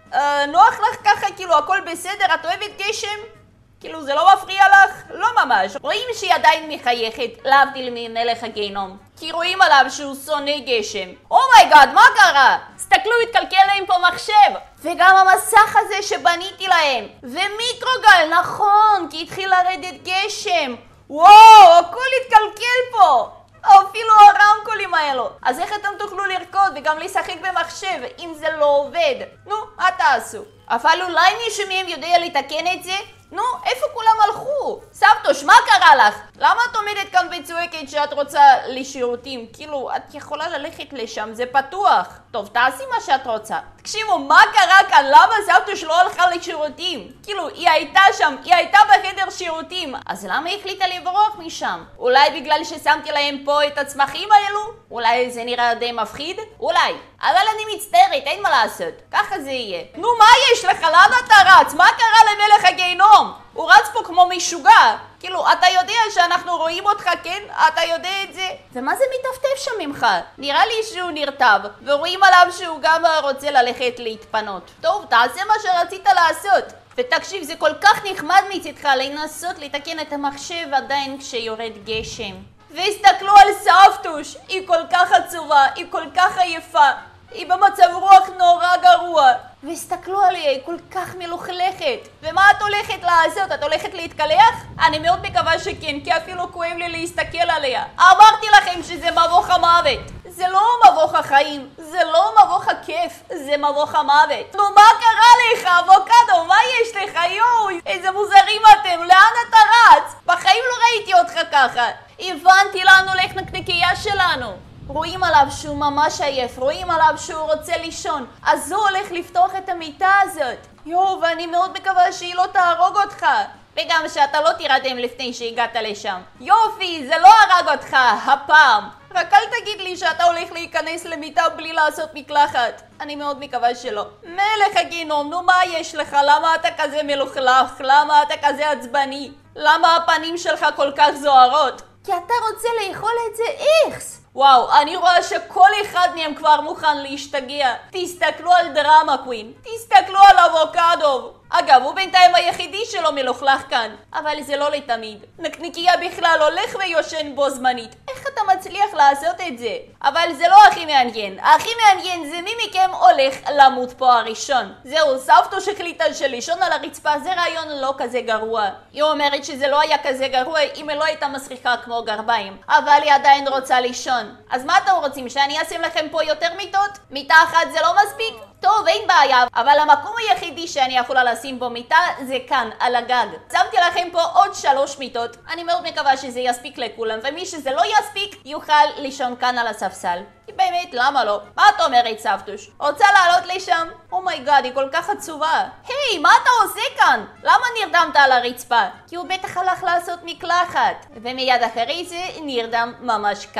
נוח לך ככה, כאילו, הכל בסדר? את אוהבת גשם? כאילו, זה לא מפריע לך? לא ממש. רואים שהיא עדיין מחייכת, להבדיל ממלך הגיהנום. כי רואים עליו שהוא שונא גשם. אומייגאד, מה קרה? סתכלו, התקלקל להם פה מחשב. וגם המסך הזה שבניתי להם. ומיקרוגל, נכון, כי התחיל לרדת גשם. וואו, הכל התקלקל פה. אפילו הרמקולים האלו. אז איך אתם תוכלו לרקוד וגם לשחק במחשב אם זה לא עובד? נו, מה תעשו? אבל אולי מישהו מהם יודע לתקן את זה? נו, איפה כולם הלכו? סבתוש, מה קרה לך? למה את עומדת כאן וצועקת שאת רוצה לשירותים? כאילו, את יכולה ללכת לשם, זה פתוח. טוב, תעשי מה שאת רוצה. תקשיבו, מה קרה כאן? למה סבתוש לא הלכה לשירותים? כאילו, היא הייתה שם, היא הייתה בחדר שירותים. אז למה היא החליטה לברוח משם? אולי בגלל ששמתי להם פה את הצמחים האלו? אולי זה נראה די מפחיד? אולי. אבל אני מצטערת, אין מה לעשות. ככה זה יהיה. נו, מה יש לך? לאן אתה רץ? מה קרה למלך הגיהנום? הוא רץ פה כמו משוגע. כאילו, אתה יודע שאנחנו רואים אותך, כן? אתה יודע את זה? ומה זה מתפתף שם ממך? נראה לי שהוא נרטב, ורואים עליו שהוא גם רוצה ללכת להתפנות. טוב, תעשה מה שרצית לעשות. ותקשיב, זה כל כך נחמד מצדך לנסות לתקן את המחשב עדיין כשיורד גשם. והסתכלו על סבתוש, היא כל כך עצובה, היא כל כך עייפה. היא במצב רוח נורא גרוע. והסתכלו עליה, היא כל כך מלוכלכת. ומה את הולכת לעשות? את הולכת להתקלח? אני מאוד מקווה שכן, כי אפילו כואב לי להסתכל עליה. אמרתי לכם שזה מבוך המוות. זה לא מבוך החיים, זה לא מבוך הכיף, זה מבוך המוות. נו, מה קרה לך, אבוקדו? מה יש לך? יואו, איזה מוזרים אתם, לאן אתה רץ? בחיים לא ראיתי אותך ככה. הבנתי, לאן הולך נקניקייה שלנו. רואים עליו שהוא ממש עייף, רואים עליו שהוא רוצה לישון, אז הוא הולך לפתוח את המיטה הזאת. יואו, ואני מאוד מקווה שהיא לא תהרוג אותך. וגם שאתה לא תירדם לפני שהגעת לשם. יופי, זה לא הרג אותך, הפעם. רק אל תגיד לי שאתה הולך להיכנס למיטה בלי לעשות מקלחת. אני מאוד מקווה שלא. מלך הגיהנום, נו מה יש לך? למה אתה כזה מלוכלך? למה אתה כזה עצבני? למה הפנים שלך כל כך זוהרות? כי אתה רוצה לאכול את זה איכס. וואו, אני רואה שכל אחד מהם כבר מוכן להשתגע. תסתכלו על דרמה קווין, תסתכלו על אבוקדו. אגב, הוא בינתיים היחידי שלא מלוכלך כאן, אבל זה לא לתמיד. נקניקייה בכלל הולך ויושן בו זמנית. איך אתה מצליח לעשות את זה? אבל זה לא הכי מעניין. הכי מעניין זה מי מכם הולך למות פה הראשון. זהו, סבתוש החליטה שלישון על הרצפה זה רעיון לא כזה גרוע. היא אומרת שזה לא היה כזה גרוע אם היא לא הייתה מסריחה כמו גרביים. אבל היא עדיין רוצה לישון. אז מה אתם רוצים, שאני אשים לכם פה יותר מיטות? מיטה אחת זה לא מספיק? טוב, אין בעיה, אבל המקום היחידי שאני יכולה לשים בו מיטה זה כאן, על הגג. שמתי לכם פה עוד 3 מיטות. אני מאוד מקווה שזה יספיק לכולם, ומי שזה לא יספיק יוכל לישון כאן על הספסל. כי באמת, למה לא? מה את אומרת, סבתוש? רוצה לעלות לשם? אומייגאד, היא כל כך עצובה. היי, מה אתה עושה כאן? למה נרדמת על הרצפה? כי הוא בטח הלך לעשות מקלחת. ומיד אחרי זה נרדם ממש כאן.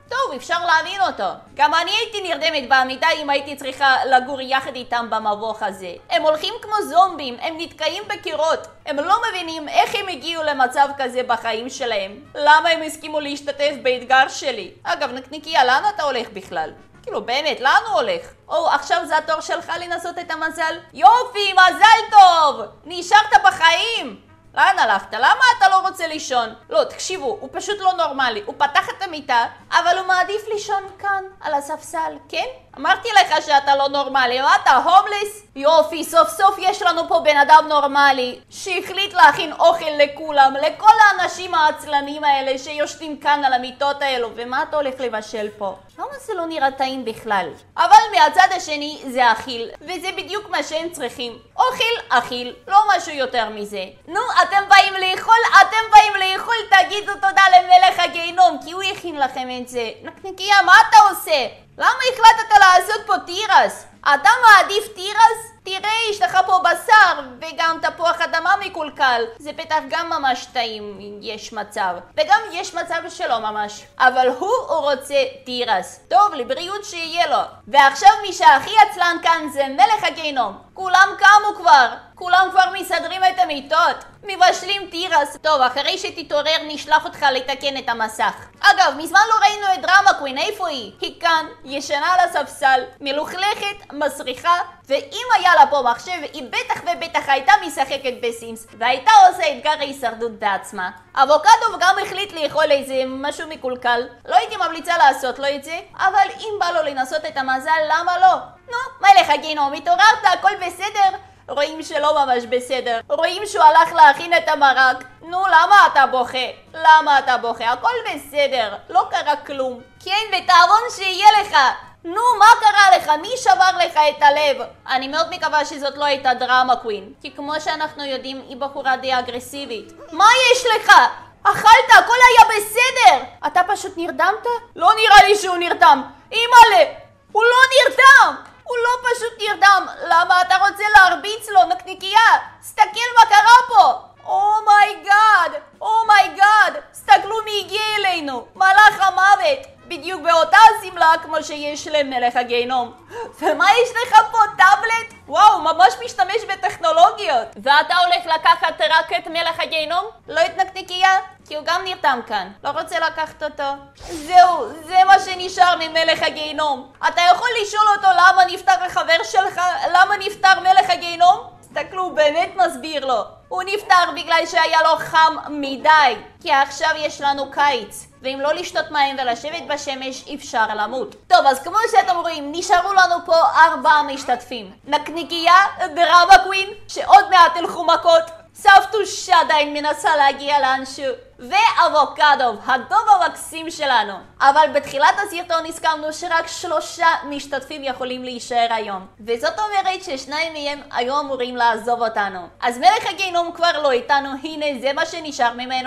טוב, אפשר להבין אותו. גם אני הייתי נרדמת בעמידה אם הייתי צריכה לגור יחד איתם במבוך הזה. הם הולכים כמו זומבים, הם נתקעים בקירות. הם לא מבינים איך הם הגיעו למצב כזה בחיים שלהם. למה הם הסכימו להשתתף באתגר שלי? אגב, נקניקיה, לאן אתה הולך בכלל? כאילו, באמת, לאן הוא הולך? או, עכשיו זה התור שלך לנסות את המזל? יופי, מזל טוב! נשארת בחיים! לאן הלכת? למה אתה לא רוצה לישון? לא, תקשיבו, הוא פשוט לא נורמלי. הוא פתח את המיטה, אבל הוא מעדיף לישון כאן, על הספסל, כן? אמרתי לך שאתה לא נורמלי, מה אתה, הומלס? יופי, סוף סוף יש לנו פה בן אדם נורמלי שהחליט להכין אוכל לכולם, לכל האנשים העצלנים האלה שיושבים כאן על המיטות האלו. ומה אתה הולך לבשל פה? למה זה לא נראה טעים בכלל? אבל מהצד השני זה אכיל, וזה בדיוק מה שהם צריכים. אוכל, אכיל, לא משהו יותר מזה. נו, אתם באים לאכול, תגידו תודה למלך הגיהנום, כי הוא הכין לכם את זה. נקניקיה, מה אתה עושה? למה החלטת לעשות פה תירס? אתה מעדיף תירס? תראה, יש לך פה בשר וגם תפוח אדמה מקולקל. זה בטח גם ממש טעים, יש מצב. וגם יש מצב שלא ממש. אבל הוא רוצה תירס. טוב, לבריאות שיהיה לו. ועכשיו מי שהכי עצלן כאן זה מלך הגיהנום. כולם קמו כבר. כולם כבר מסדרים את המיטות. מבשלים תירס. טוב, אחרי שתתעורר נשלח אותך לתקן את המסך. אגב, מזמן לא ראינו את דרמה קווין, איפה היא? היא כאן, ישנה על הספסל, מלוכלכת, מסריחה, ואם היה לה פה מחשב, היא בטח הייתה משחקת בסימס, והייתה עושה אתגר ההישרדות בעצמה. אבוקדו גם החליט לאכול איזה משהו מקולקל. לא הייתי ממליצה לעשות לו את זה, אבל אם בא לו לנסות את המזל, למה לא? נו, מלך הגיהנום, התעוררת, הכל בסדר? רואים שלא ממש בסדר. רואים שהוא הלך להכין את המרק. נו, למה אתה בוכה? הכל בסדר. לא קרה כלום. כן, ותאבון שיהיה לך. נו, מה קרה לך? מי שבר לך את הלב? אני מאוד מקווה שזאת לא הייתה דרמה קווין. כי כמו שאנחנו יודעים, היא בחורה די אגרסיבית. מה יש לך? אכלת, הכל היה בסדר. אתה פשוט נרדמת? לא נראה לי שהוא נרדם. אימא'לה, הוא לא נרדם. הוא לא פשוט נרדם. למה אתה רוצה להרביץ לו, נקניקיה? סתכל מה קרה פה. אומייגאד, סתכלו מי הגיע אלינו. מלאך המוות. בדיוק באותה סמלה כמו שיש למלך הגיהנום. ומה יש לך פה, טאבלט? וואו, ממש משתמש בטכנולוגיות. ואתה הולך לקחת רק את מלך הגיהנום? לא את נקניקיה? כי הוא גם נרדם כאן. לא רוצה לקחת אותו. זהו, זה מה שנשאר ממלך הגיהנום. אתה יכול לשאול אותו למה נפטר החבר שלך? למה נפטר מלך הגיהנום? תסתכלו, הוא באמת מסביר לו. הוא נפטר בגלל שהיה לו חם מדי. כי עכשיו יש לנו קיץ. ואם לא לשתות מים ולשבת בשמש, אפשר למות. טוב, אז כמו שאתם רואים, נשארו לנו פה 4 משתתפים. נקניקיה, דרמה קווין, שעוד מעט תלכו מכות. סבתוש שעדיין מנסה להגיע לאנשהו. ואבוקדו, הדוב המקסים שלנו. אבל בתחילת הסרטון הסכמנו שרק 3 משתתפים יכולים להישאר היום. וזאת אומרת ש2 מהם היו אמורים לעזוב אותנו. אז מלך הגיהנום כבר לא איתנו, הנה זה מה שנשאר ממנו.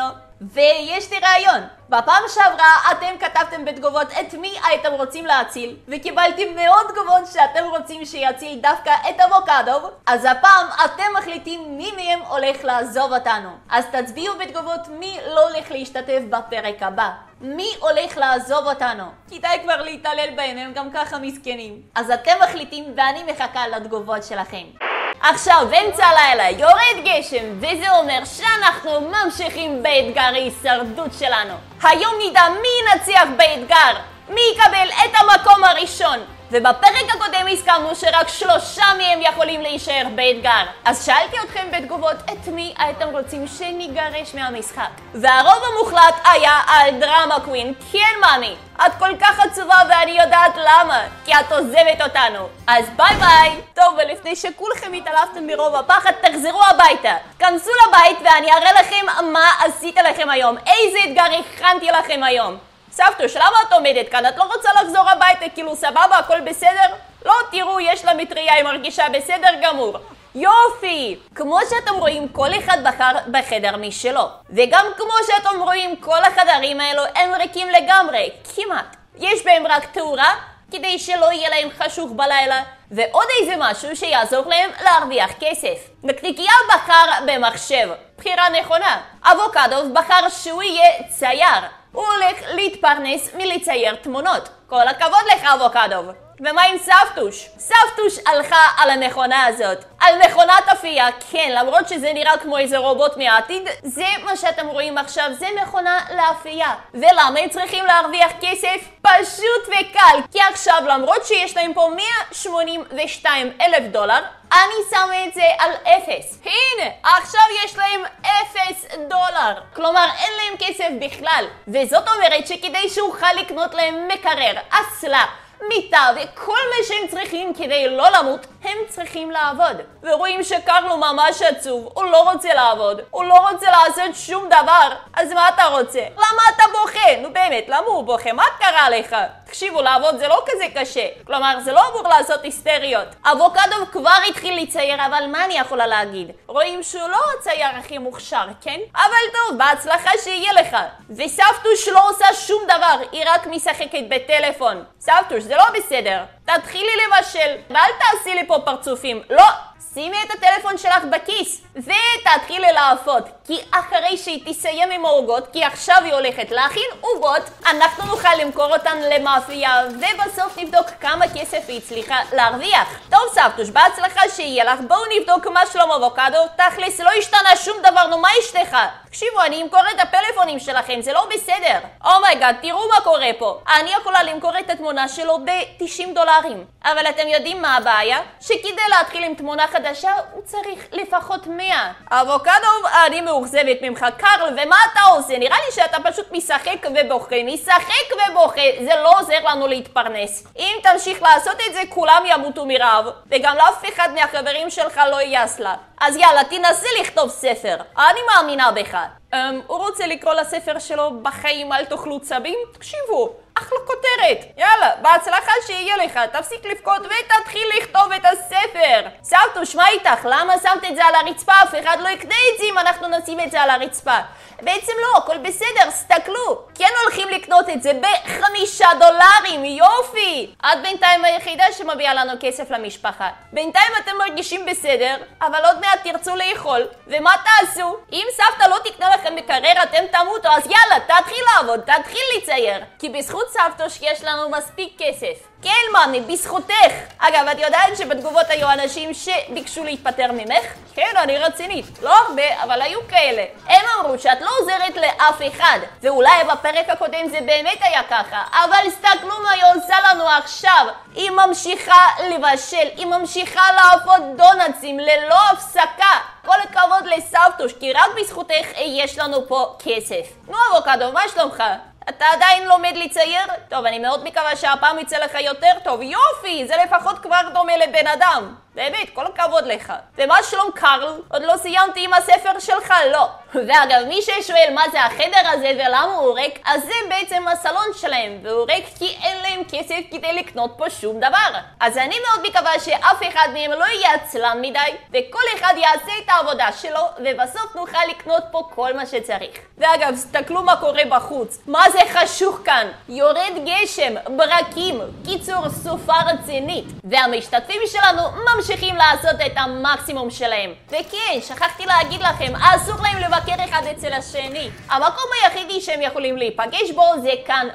ויש לי רעיון. בפעם שעברה אתם כתבתם בתגובות את מי הייתם רוצים להציל, וקיבלתם מאוד תגובות שאתם רוצים שיציל דווקא את אבוקדו. אז הפעם אתם מחליטים מי מהם הולך לעזוב אותנו. אז תצביעו בתגובות מי לא הולך להשתתף בפרק הבא. מי הולך לעזוב אותנו? כדאי כבר להתעלל בהם, הם גם ככה מסכנים. אז אתם מחליטים ואני מחכה לתגובות שלכם. עכשיו באמצע הלילה יורד גשם, וזה אומר שאנחנו ממשיכים באתגר ההישרדות שלנו. היום נדע מי ינצח באתגר, מי יקבל את המקום הראשון. ובפרק הקודם הסכמנו שרק 3 מהם יכולים להישאר באתגר. אז שאלתי אתכם בתגובות את מי הייתם רוצים שניגרש מהמשחק. והרוב המוחלט היה על דרמה קווין. כן מאמי, את כל כך עצובה ואני יודעת למה. כי את עוזבת אותנו. אז ביי ביי. טוב, ולפני שכולכם התעלפתם מרוב הפחד, תחזרו הביתה. כנסו לבית ואני אראה לכם מה עשיתי לכם היום. איזה אתגר הכנתי לכם היום. סבתוש, למה את עומדת כאן? את לא רוצה לחזור הביתה? כאילו סבבה, הכל בסדר? לא, תראו, יש לה מטריה, היא מרגישה בסדר גמור. יופי! כמו שאתם רואים, כל אחד בחר בחדר משלו. וגם כמו שאתם רואים, כל החדרים האלו הם ריקים לגמרי, כמעט. יש בהם רק תאורה, כדי שלא יהיה להם חשוך בלילה, ועוד איזה משהו שיעזור להם להרוויח כסף. נקניקיה בחר במחשב, בחירה נכונה. אבוקדו בחר שהוא יהיה צייר. הוא הולך להתפרנס מלצייר תמונות. כל הכבוד לך אבוקדו. ומה עם סבתוש? סבתוש הלכה על המכונה הזאת. על מכונת אפייה, כן, למרות שזה נראה כמו איזה רובוט מהעתיד, זה מה שאתם רואים עכשיו, זה מכונה לאפייה. ולמה הם צריכים להרוויח כסף? פשוט וקל. כי עכשיו, למרות שיש להם פה $182,000, אני שמה את זה על 0. הנה, עכשיו יש להם $0. כלומר, אין להם כסף בכלל. וזאת אומרת שכדי שאוכל לקנות להם מקרר, אסלה, מיטה וכל מה שהם צריכים כדי לא למות, הם צריכים לעבוד. ורואים שקרלו ממש עצוב, הוא לא רוצה לעבוד, הוא לא רוצה לעשות שום דבר. אז מה אתה רוצה? למה אתה בוכה? נו באמת, למה הוא בוכה? מה קרה לך? תקשיבו, לעבוד זה לא כזה קשה. כלומר, זה לא אמור לעשות היסטריות. אבוקדו כבר התחיל לצייר, אבל מה אני יכולה להגיד? רואים שהוא לא הצייר הכי מוכשר, כן? אבל טוב, בהצלחה שיהיה לך. וסבתוש לא עושה שום דבר, היא רק משחקת בטלפון. סבתוש, זה לא בסדר. תתחילי לבשל, ואל תעשי לי פה פרצופים. לא! שימי את הטלפון שלך בכיס ותתחילי לעבוד, כי אחרי שהיא תסיים עם העוגות, כי עכשיו היא הולכת להכין עוגות, אנחנו נוכל למכור אותן למאפייה ובסוף נבדוק כמה כסף היא הצליחה להרוויח. טוב סבתוש, בהצלחה שיהיה לך. בואו נבדוק מה שלום אבוקדו. תכלס, לא השתנה שום דבר, נו מה אשתך? תקשיבו, אני אמכור את הפלאפונים שלכם, זה לא בסדר. אומייגאד, תראו מה קורה פה. אני יכולה למכור את התמונה שלו $90. אבל אתם יודעים מה הבעיה? שכדי להתחיל עם תמונה חדשה, הוא צריך לפחות 100. אבוקדו, אני מאוכזבת ממך. קרל, ומה אתה עושה? נראה לי שאתה פשוט משחק ובוכה. משחק ובוכה, זה לא עוזר לנו להתפרנס. אם תמשיך לעשות את זה, כולם ימותו מרעב. וגם לאף אחד מהחברים שלך לא יסלה. אז יאללה, תנסי לכתוב ספר. אני מאמינה בך. הוא רוצה לקרוא לספר שלו בחיים אל תאכלו צבים? תקשיבו, אחלה כותרת. יאללה, בהצלחה שיהיה לך. תפסיק לבכות ותתחיל לכתוב את הספר. סבתוש, מה איתך? למה שמת את זה על הרצפה? אף אחד לא יקנה את זה אם אנחנו נשים את זה על הרצפה. בעצם לא, הכל בסדר, סתכלו. כן הולכים לקנות את זה $5. יופי. את בינתיים היחידה שמביאה לנו כסף למשפחה. בינתיים אתם מרגישים בסדר, אבל עוד מעט תרצו לאכול. ומה תעשו? אם סבתא לא תקנה לכם מקרר, אתם תמותו, אז יאללה, תתחיל לעבוד, תתחיל לצייר. כי בזכות סבתוש יש לנו מספיק כסף. כן מאמי, בזכותך. אגב, את יודעת שבתגובות היו אנשים שביקשו להתפטר ממך? כן, אני רצינית. לא הרבה, אבל היו כאלה. הם אמרו שאת לא עוזרת לאף אחד. ואולי בפרק הקודם זה באמת היה ככה. אבל הסתכלו מה היא עושה לנו עכשיו. היא ממשיכה לבשל, היא ממשיכה לעבוד דונצים ללא הפסקה. כל הכבוד לסבתוש, כי רק בזכותך יש לנו פה כסף. נו אבוקדו, מה שלומך? אתה עדיין לומד לצייר? טוב, אני מאוד מקווה שהפעם יצא לך יותר טוב. יופי, זה לפחות כבר דומה לבן אדם. באמת, כל הכבוד לך. ומה שלום קרל? עוד לא סיימתי עם הספר שלך? לא. ואגב, מי ששואל מה זה החדר הזה ולמה הוא ריק, אז זה בעצם הסלון שלהם, והוא ריק כי אין להם כסף כדי לקנות פה שום דבר. אז אני מאוד מקווה שאף אחד מהם לא יהיה עצלן מדי, וכל אחד יעשה את העבודה שלו, ובסוף נוכל לקנות פה כל מה שצריך. ואגב, תסתכלו מה קורה בחוץ. מה זה חשוך כאן? יורד גשם, ברקים, קיצור סופה רצינית. והמשתתפים שלנו ממשיכים לעשות את המקסימום שלהם. וכן, שכחתי להגיד לכם, אסור להם לבקר אחד אצל השני. המקום היחידי שהם יכולים להיפגש בו זה כאן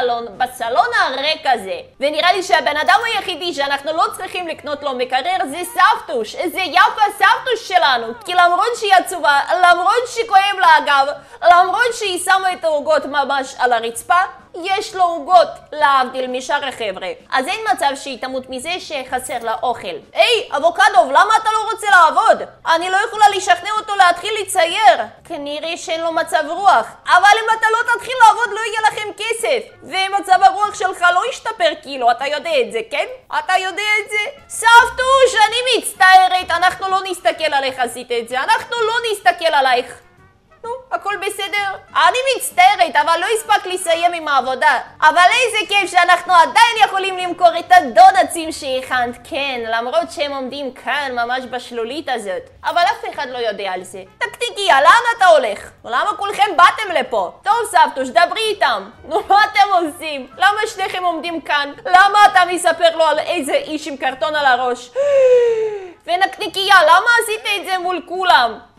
בסלון הריק הזה. ונראה לי שהבן אדם היחידי שאנחנו לא צריכים לקנות לו מקרר זה סבתוש. זה יפה סבתוש שלנו. כי למרות שהיא עצובה, למרות שכואב לה הגב, למרות שהיא שמה את העוגות ממש על הרצפה, יש לו עוגות, להבדיל משאר החבר'ה. אז אין מצב שהיא תמות מזה שחסר לה אוכל. היי, אבוקדו, למה אתה לא רוצה לעבוד? אני לא יכולה לשכנע אותו להתחיל לצייר. כנראה שאין לו מצב רוח. אבל אם אתה לא תתחיל לעבוד, לא יהיה לכם כסף. ומצב הרוח שלך לא ישתפר כאילו, אתה יודע את זה, כן? אתה יודע את זה? סבתוש, אני מצטערת, אנחנו לא נסתכל עליך עשית את זה. אנחנו לא נסתכל עלייך. נו, הכל בסדר. אני מצטערת, אבל לא הספק לסיים עם העבודה. אבל איזה כיף שאנחנו עדיין יכולים למכור את הדונצים שהכנת, כן, למרות שהם עומדים כאן ממש בשלולית הזאת. אבל אף אחד לא יודע על זה. תקתיקיה, לאן אתה הולך? למה כולכם באתם לפה? טוב סבתוש, דברי איתם. נו, מה אתם עושים? למה שניכם עומדים כאן? למה אתה מספר לו על איזה איש עם קרטון על הראש? ונקניקיה, למה עשית את זה מול כולם?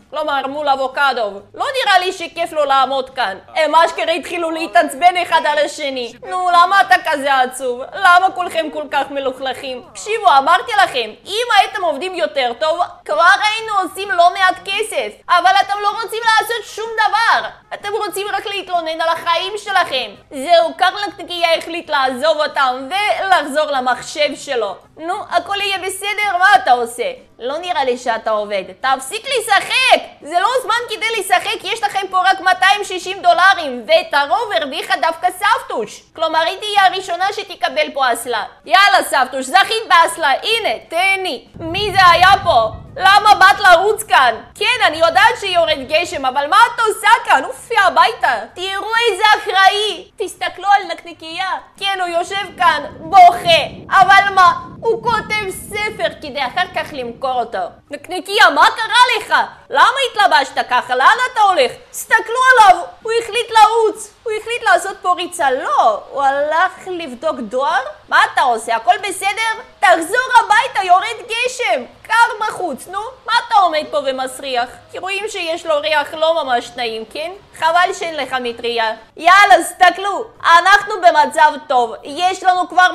כלומר מול אבוקדוב. לא נראה לי שכיף לו לעמוד כאן. הם אשכרה התחילו להתעצבן אחד על השני. נו, למה אתה כזה עצוב? למה כולכם כל כך מלוכלכים? תקשיבו, אמרתי לכם, אם הייתם עובדים יותר טוב, כבר היינו עושים לא מעט כסף. אבל אתם לא רוצים לעשות שום דבר. אתם רוצים רק להתלונן על החיים שלכם. זהו, קרל נקניקייה החליט לעזוב אותם ולחזור למחשב שלו. נו, הכל יהיה בסדר, מה אתה עושה? לא נראה לי שאתה עובד. תפסיק לשחק! זה לא זמן כדי לשחק, יש לכם פה רק $260 ואת הרוב הרוויחה דווקא סבתוש. כלומר, היא תהיה הראשונה שתקבל פה אסלה. יאללה סבתוש, זכית באסלה, הנה, תהני. מי זה היה פה? למה באת לרוץ כאן? כן, אני יודעת שיורד גשם, אבל מה אתה עושה כאן? אופי הביתה. תראו איזה אחראי. תסתכלו על נקניקייה. כן, הוא יושב כאן, בוכה. אבל מה? הוא כותב ספר כדי אחר כך למכור אותו. נקניקייה, מה קרה לך? למה התלבשת ככה? לאן אתה הולך? תסתכלו עליו, הוא החליט לרוץ. הוא החליט לעשות פה ריצה. לא, הוא הלך לבדוק דואר? מה אתה עושה? הכל בסדר? תחזור הביתה, יורד גשם. קר בחוץ, נו? מה אתה עומד פה ומסריח? כי רואים שיש לו ריח לא ממש נעים, כן? חבל שאין לך מטריה. יאללה, תסתכלו, אנחנו במצב טוב. יש לנו כבר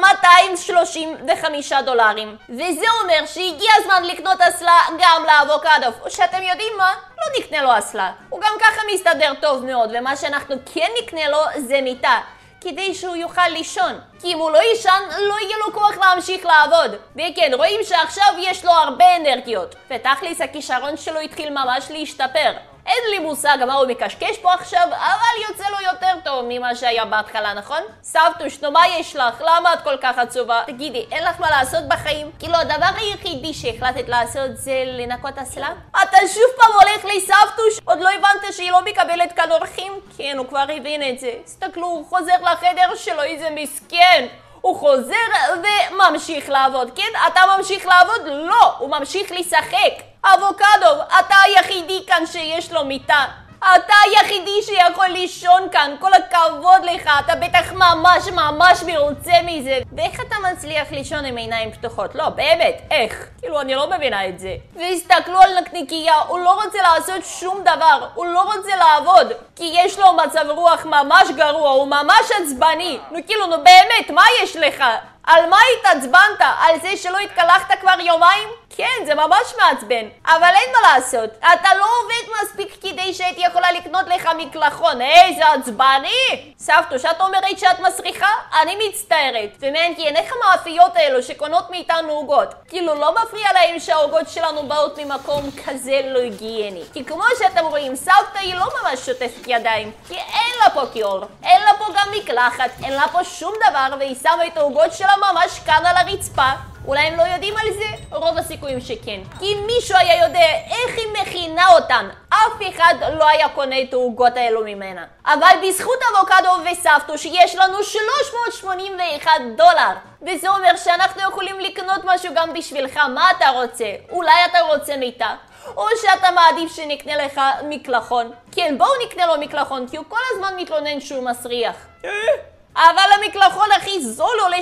$235. וזה אומר שהגיע הזמן לקנות אסלה גם לאבוקדוב. או שאתם יודעים מה? לא נקנה לו אסלה. הוא גם ככה מסתדר טוב מאוד, ומה שאנחנו כן נקנה לו זה מיטה. כדי שהוא יוכל לישון. כי אם הוא לא יישן, לא יהיה לו כוח להמשיך לעבוד. וכן, רואים שעכשיו יש לו הרבה אנרגיות. ותכלס הכישרון שלו התחיל ממש להשתפר. אין לי מושג מה הוא מקשקש פה עכשיו, אבל יוצא לו יותר טוב ממה שהיה בהתחלה, נכון? סבתוש, נו מה יש לך? למה את כל כך עצובה? תגידי, אין לך מה לעשות בחיים? כאילו הדבר היחידי שהחלטת לעשות זה לנקות אסלה? אתה שוב פעם הולך לסבתוש? עוד לא הבנת שהיא לא מקבלת כאן אורחים? כן, הוא כבר הבין את זה. תסתכלו, הוא חוזר לחדר שלו, איזה מסכן. הוא חוזר וממשיך לעבוד, כן? אתה ממשיך לעבוד? לא, הוא ממשיך לשחק. אבוקדוב, אתה היחידי כאן שיש לו מיטה. אתה היחידי שיכול לישון כאן, כל הכבוד לך, אתה בטח ממש מרוצה מזה. ואיך אתה מצליח לישון עם עיניים פתוחות? לא, באמת, איך? כאילו, אני לא מבינה את זה. והסתכלו על נקניקייה, הוא לא רוצה לעשות שום דבר, הוא לא רוצה לעבוד, כי יש לו מצב רוח ממש גרוע, הוא ממש עצבני. נו כאילו, נו באמת, מה יש לך? על מה התעצבנת? על זה שלא התקלחת כבר יומיים? כן, זה ממש מעצבן. אבל אין מה לעשות. אתה לא עובד מספיק כדי שהייתי יכולה לקנות לך מקלחון. איזה עצבני! סבתוש, את אומרת שאת מסריחה? אני מצטערת. ומעניין כי אין איך המאפיות האלו שקונות מאיתנו עוגות. כאילו לא מפריע להם שהעוגות שלנו באות ממקום כזה לא היגייני. כי כמו שאתם רואים, סבתא היא לא ממש שוטפת ידיים. כי אין לה פה כיור. אין לה פה גם מקלחת. אין לה פה שום דבר, והיא שמה את העוגות שלה ממש כאן על הרצפה. אולי הם לא יודעים על זה? רוב הסיכויים שכן. כי אם מישהו היה יודע איך היא מכינה אותן, אף אחד לא היה קונה את העוגות האלו ממנה. אבל בזכות אבוקדו וסבתו שיש לנו $381. וזה אומר שאנחנו יכולים לקנות משהו גם בשבילך. מה אתה רוצה? אולי אתה רוצה מיטה? או שאתה מעדיף שנקנה לך מקלחון? כן, בואו נקנה לו מקלחון, כי הוא כל הזמן מתלונן שהוא מסריח. אבל המקלחון הכי זול עולה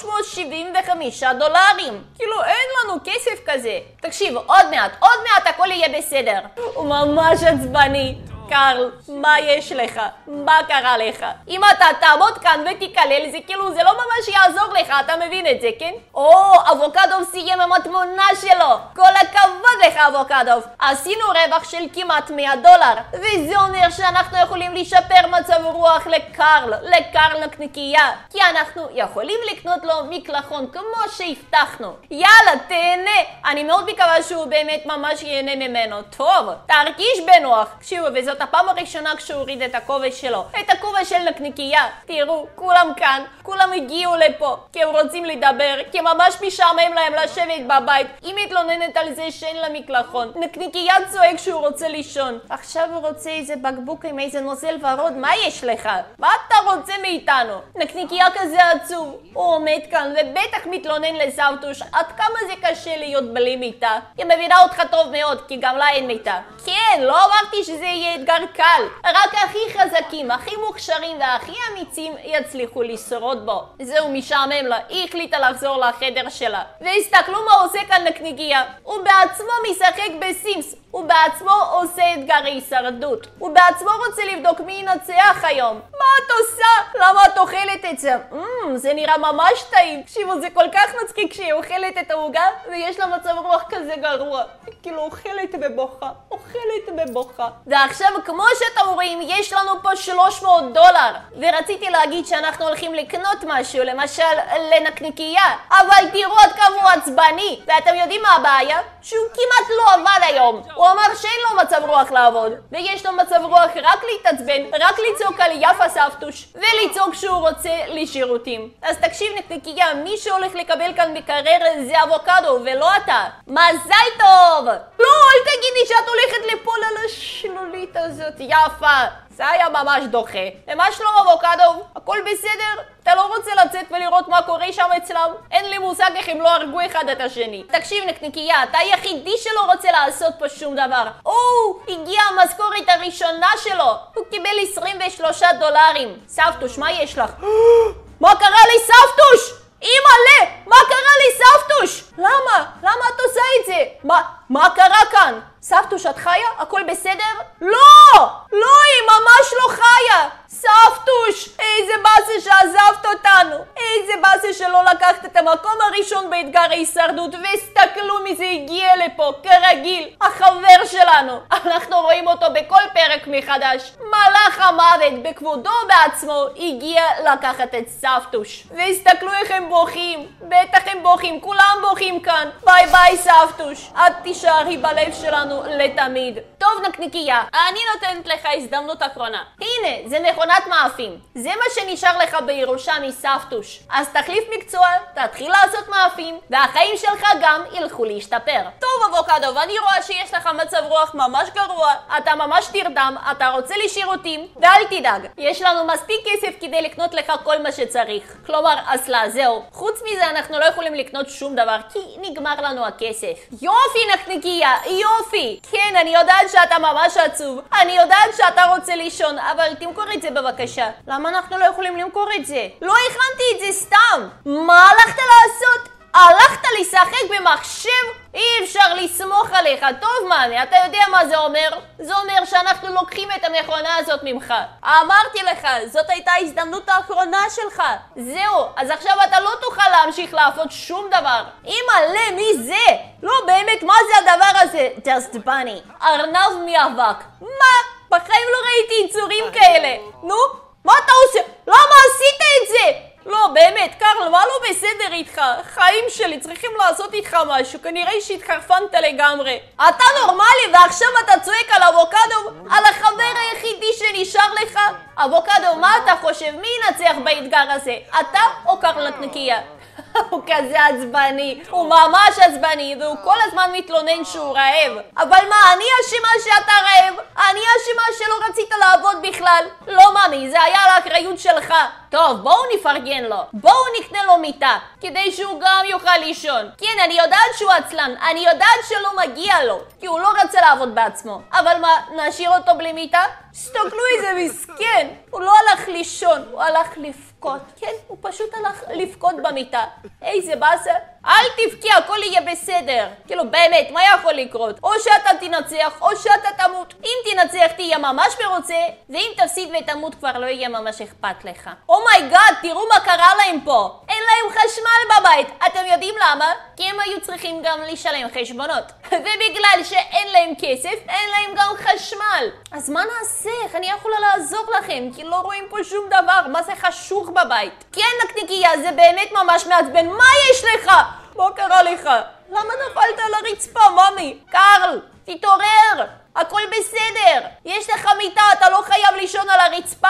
$375. כאילו אין לנו כסף כזה. תקשיב, עוד מעט הכל יהיה בסדר. הוא ממש עצבני. קרל, מה יש לך? מה קרה לך? אם אתה תעמוד כאן ותקלל, זה כאילו זה לא ממש יעזור לך, אתה מבין את זה, כן? או, אבוקדוב סיים עם התמונה שלו. כל הכבוד לך, אבוקדוב. עשינו רווח של כמעט $100. וזה אומר שאנחנו יכולים לשפר מצב רוח לקרל נקניקייה. כי אנחנו יכולים לקנות לו מקלחון כמו שהבטחנו. יאללה, תהנה. אני מאוד מקווה שהוא באמת ממש ייהנה ממנו. טוב, תרגיש בנוח. תקשיבו, וזאת הפעם הראשונה כשהוא הוריד את הכובע שלו. את הכובע של נקניקייה. תראו, כולם כאן. כולם הגיעו לפה. כי הם רוצים לדבר. כי ממש משעמם להם לשבת בבית. היא מתלוננת על זה שאין לה מקלחון. נקניקייה צועק שהוא רוצה לישון. עכשיו הוא רוצה איזה בקבוק עם איזה נוזל ורוד. מה יש לך? מה אתה רוצה מאיתנו? נקניקייה כזה עצוב. הוא עומד כאן ובטח מתלונן לסבתוש עד כמה זה קשה להיות בלי מיטה. היא מבינה אותך טוב מאוד, כי גם לה אין מיטה. כן, לא אמרתי שזה יהיה אתגר קל. רק הכי חזקים, הכי מוכשרים והכי אמיצים יצליחו לשרוד בו. זהו, משעמם לה, היא החליטה לחזור לחדר שלה. והסתכלו מה עושה כאן נקניקייה. הוא בעצמו משחק בסימס. הוא בעצמו עושה אתגרי הישרדות. הוא בעצמו רוצה לבדוק מי ינצח היום. מה את עושה? למה את אוכלת את זה? זה נראה ממש טעים. תקשיבו, זה כל כך מצחיק כשהיא אוכלת את העוגה ויש לה מצב רוח כזה גרוע. כאילו אוכלת בבוכה. ועכשיו כמו שאתם רואים יש לנו פה $300. ורציתי להגיד שאנחנו הולכים לקנות משהו, למשל לנקניקייה. אבל תראו עד כמה הוא עצבני. ואתם יודעים מה הבעיה? שהוא כמעט לא עבד היום. הוא אמר שאין לו מצב רוח לעבוד, ויש לו מצב רוח רק להתעצבן, רק לצעוק על יפה סבתוש, ולצעוק שהוא רוצה לשירותים. אז תקשיב נקניקייה, מי שהולך לקבל כאן מקרר זה אבוקדו ולא אתה. מזל טוב! לא, אל תגידי שאת הולכת ליפול על השלולית הזאת, יפה. זה היה ממש דוחה. ומה שלום אבוקדו? הכל בסדר? אתה לא רוצה לצאת ולראות מה קורה שם אצלם? אין לי מושג איך הם לא הרגו אחד את השני. תקשיב נקניקייה, אתה היחידי שלא רוצה לעשות פה שום דבר. הגיעה המשכורת הראשונה שלו. הוא קיבל $23. סבתוש, מה יש לך? מה קרה לי סבתוש? אימא'לה, מה קרה לי סבתוש? למה? למה את עושה את זה? מה קרה כאן? סבתוש, את חיה? הכל בסדר? לא! היא ממש לא חיה! סבתוש, איזה באסה שעזבת אותנו. איזה באסה שלא לקחת את המקום הראשון באתגר ההישרדות. והסתכלו מי זה הגיע לפה, כרגיל, החבר שלנו. אנחנו רואים אותו בכל פרק מחדש. מלאך המוות בכבודו בעצמו הגיע לקחת את סבתוש. והסתכלו איך הם בוכים. בטח הם בוכים, כולם בוכים כאן. ביי ביי סבתוש, את תישארי בלב שלנו לתמיד. טוב נקניקייה, אני נותנת לך הזדמנות אחרונה. הנה, זה מכונת מאפים. זה מה שנשאר לך בירושה מסבתוש. אז תחליף מקצוע, תתחיל לעשות מאפים, והחיים שלך גם ילכו להשתפר. טוב אבוקדו, ואני רואה שיש לך מצב רוח ממש גרוע, אתה ממש תרדם, אתה רוצה לשירותים, ואל תדאג, יש לנו מספיק כסף כדי לקנות לך כל מה שצריך. כלומר, אסלה, זהו. חוץ מזה אנחנו לא יכולים לקנות שום דבר, כי נגמר לנו הכסף. יופי נקניקייה, יופי. כן, אני יודעת שאתה ממש עצוב. אני יודעת שאתה רוצה לישון, אבל תמכור את זה בבקשה. למה אנחנו לא יכולים למכור את זה? לא הכנתי את זה סתם. מה הלכת לעשות? הלכת לשחק במחשב? אי אפשר לסמוך עליך. טוב מאני, אתה יודע מה זה אומר? זה אומר שאנחנו לוקחים את המכונה הזאת ממך. אמרתי לך, זאת הייתה ההזדמנות האחרונה שלך. זהו, אז עכשיו אתה לא תוכל להמשיך לעשות שום דבר. אימא'לה, מי זה? לא באמת, מה זה הדבר הזה? Just bunny, ארנב מאבק. מה? בחיים לא ראיתי יצורים כאלה. נו, מה אתה עושה? למה עשית את זה? לא, באמת, קרל, מה לא בסדר איתך? חיים שלי צריכים לעשות איתך משהו, כנראה שהתחרפנת לגמרי. אתה נורמלי ועכשיו אתה צועק על אבוקדו? על החבר היחידי שנשאר לך? אבוקדו, מה אתה חושב? מי ינצח באתגר הזה? אתה או קרל נקניקייה? הוא כזה עצבני, הוא ממש עצבני, והוא כל הזמן מתלונן שהוא רעב. אבל מה, אני אשמה שאתה רעב? אני אשמה שלא רצית לעבוד בכלל? לא מאמי, זה היה על האחריות שלך. טוב, בואו נפרגן לו. בואו נקנה לו מיטה, כדי שהוא גם יוכל לישון. כן, אני יודעת שהוא עצלן, אני יודעת שלא מגיע לו, כי הוא לא רצה לעבוד בעצמו. אבל מה, נשאיר אותו בלי מיטה? סתכלו איזה מסכן. הוא לא הלך לישון, הוא הלך לבכות. כן, הוא פשוט הלך לבכות במיטה. איזה באסה. אל תבכי, הכל יהיה בסדר. כאילו באמת, מה יכול לקרות? או שאתה תנצח, או שאתה תמות. אם תנצח תהיה ממש מרוצה, ואם תפסיד ותמות כבר לא יהיה ממש אכפת לך. אומייגאד, תראו מה קרה להם פה. אין להם חשמל בבית. אתם יודעים למה? כי הם היו צריכים גם לשלם חשבונות. ובגלל שאין להם כסף, אין להם גם חשמל. אז מה נעשה? איך אני יכולה לעזור לכם? כי לא רואים פה שום דבר. מה זה חשוך בבית? כן נקניקייה, זה באמת ממש מעצבן. מה יש לך? מה קרה לך? למה נפלת על הרצפה, ממי? קרל, תתעורר! הכל בסדר! יש לך מיטה, אתה לא חייב לישון על הרצפה!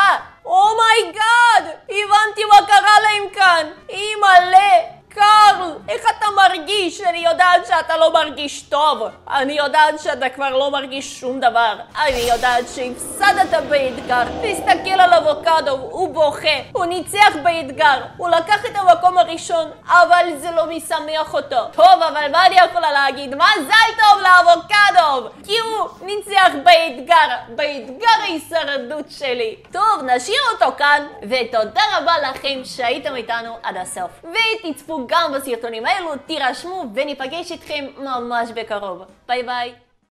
אומייגאד! הבנתי מה קרה להם כאן! אימא'לה! קרל, איך אתה מרגיש? אני יודעת שאתה לא מרגיש טוב. אני יודעת שאתה כבר לא מרגיש שום דבר. אני יודעת שהפסדת באתגר. תסתכל על אבוקדו, הוא בוכה. הוא ניצח באתגר. הוא לקח את המקום הראשון, אבל זה לא משמח אותו. טוב, אבל מה אני יכולה להגיד? מזל טוב לאבוקדו! כי הוא ניצח באתגר ההישרדות שלי. טוב, נשאיר אותו כאן, ותודה רבה לכם שהייתם איתנו עד הסוף. ותצפו גם בסרטונים האלו, תירשמו וניפגש איתכם ממש בקרוב. ביי ביי.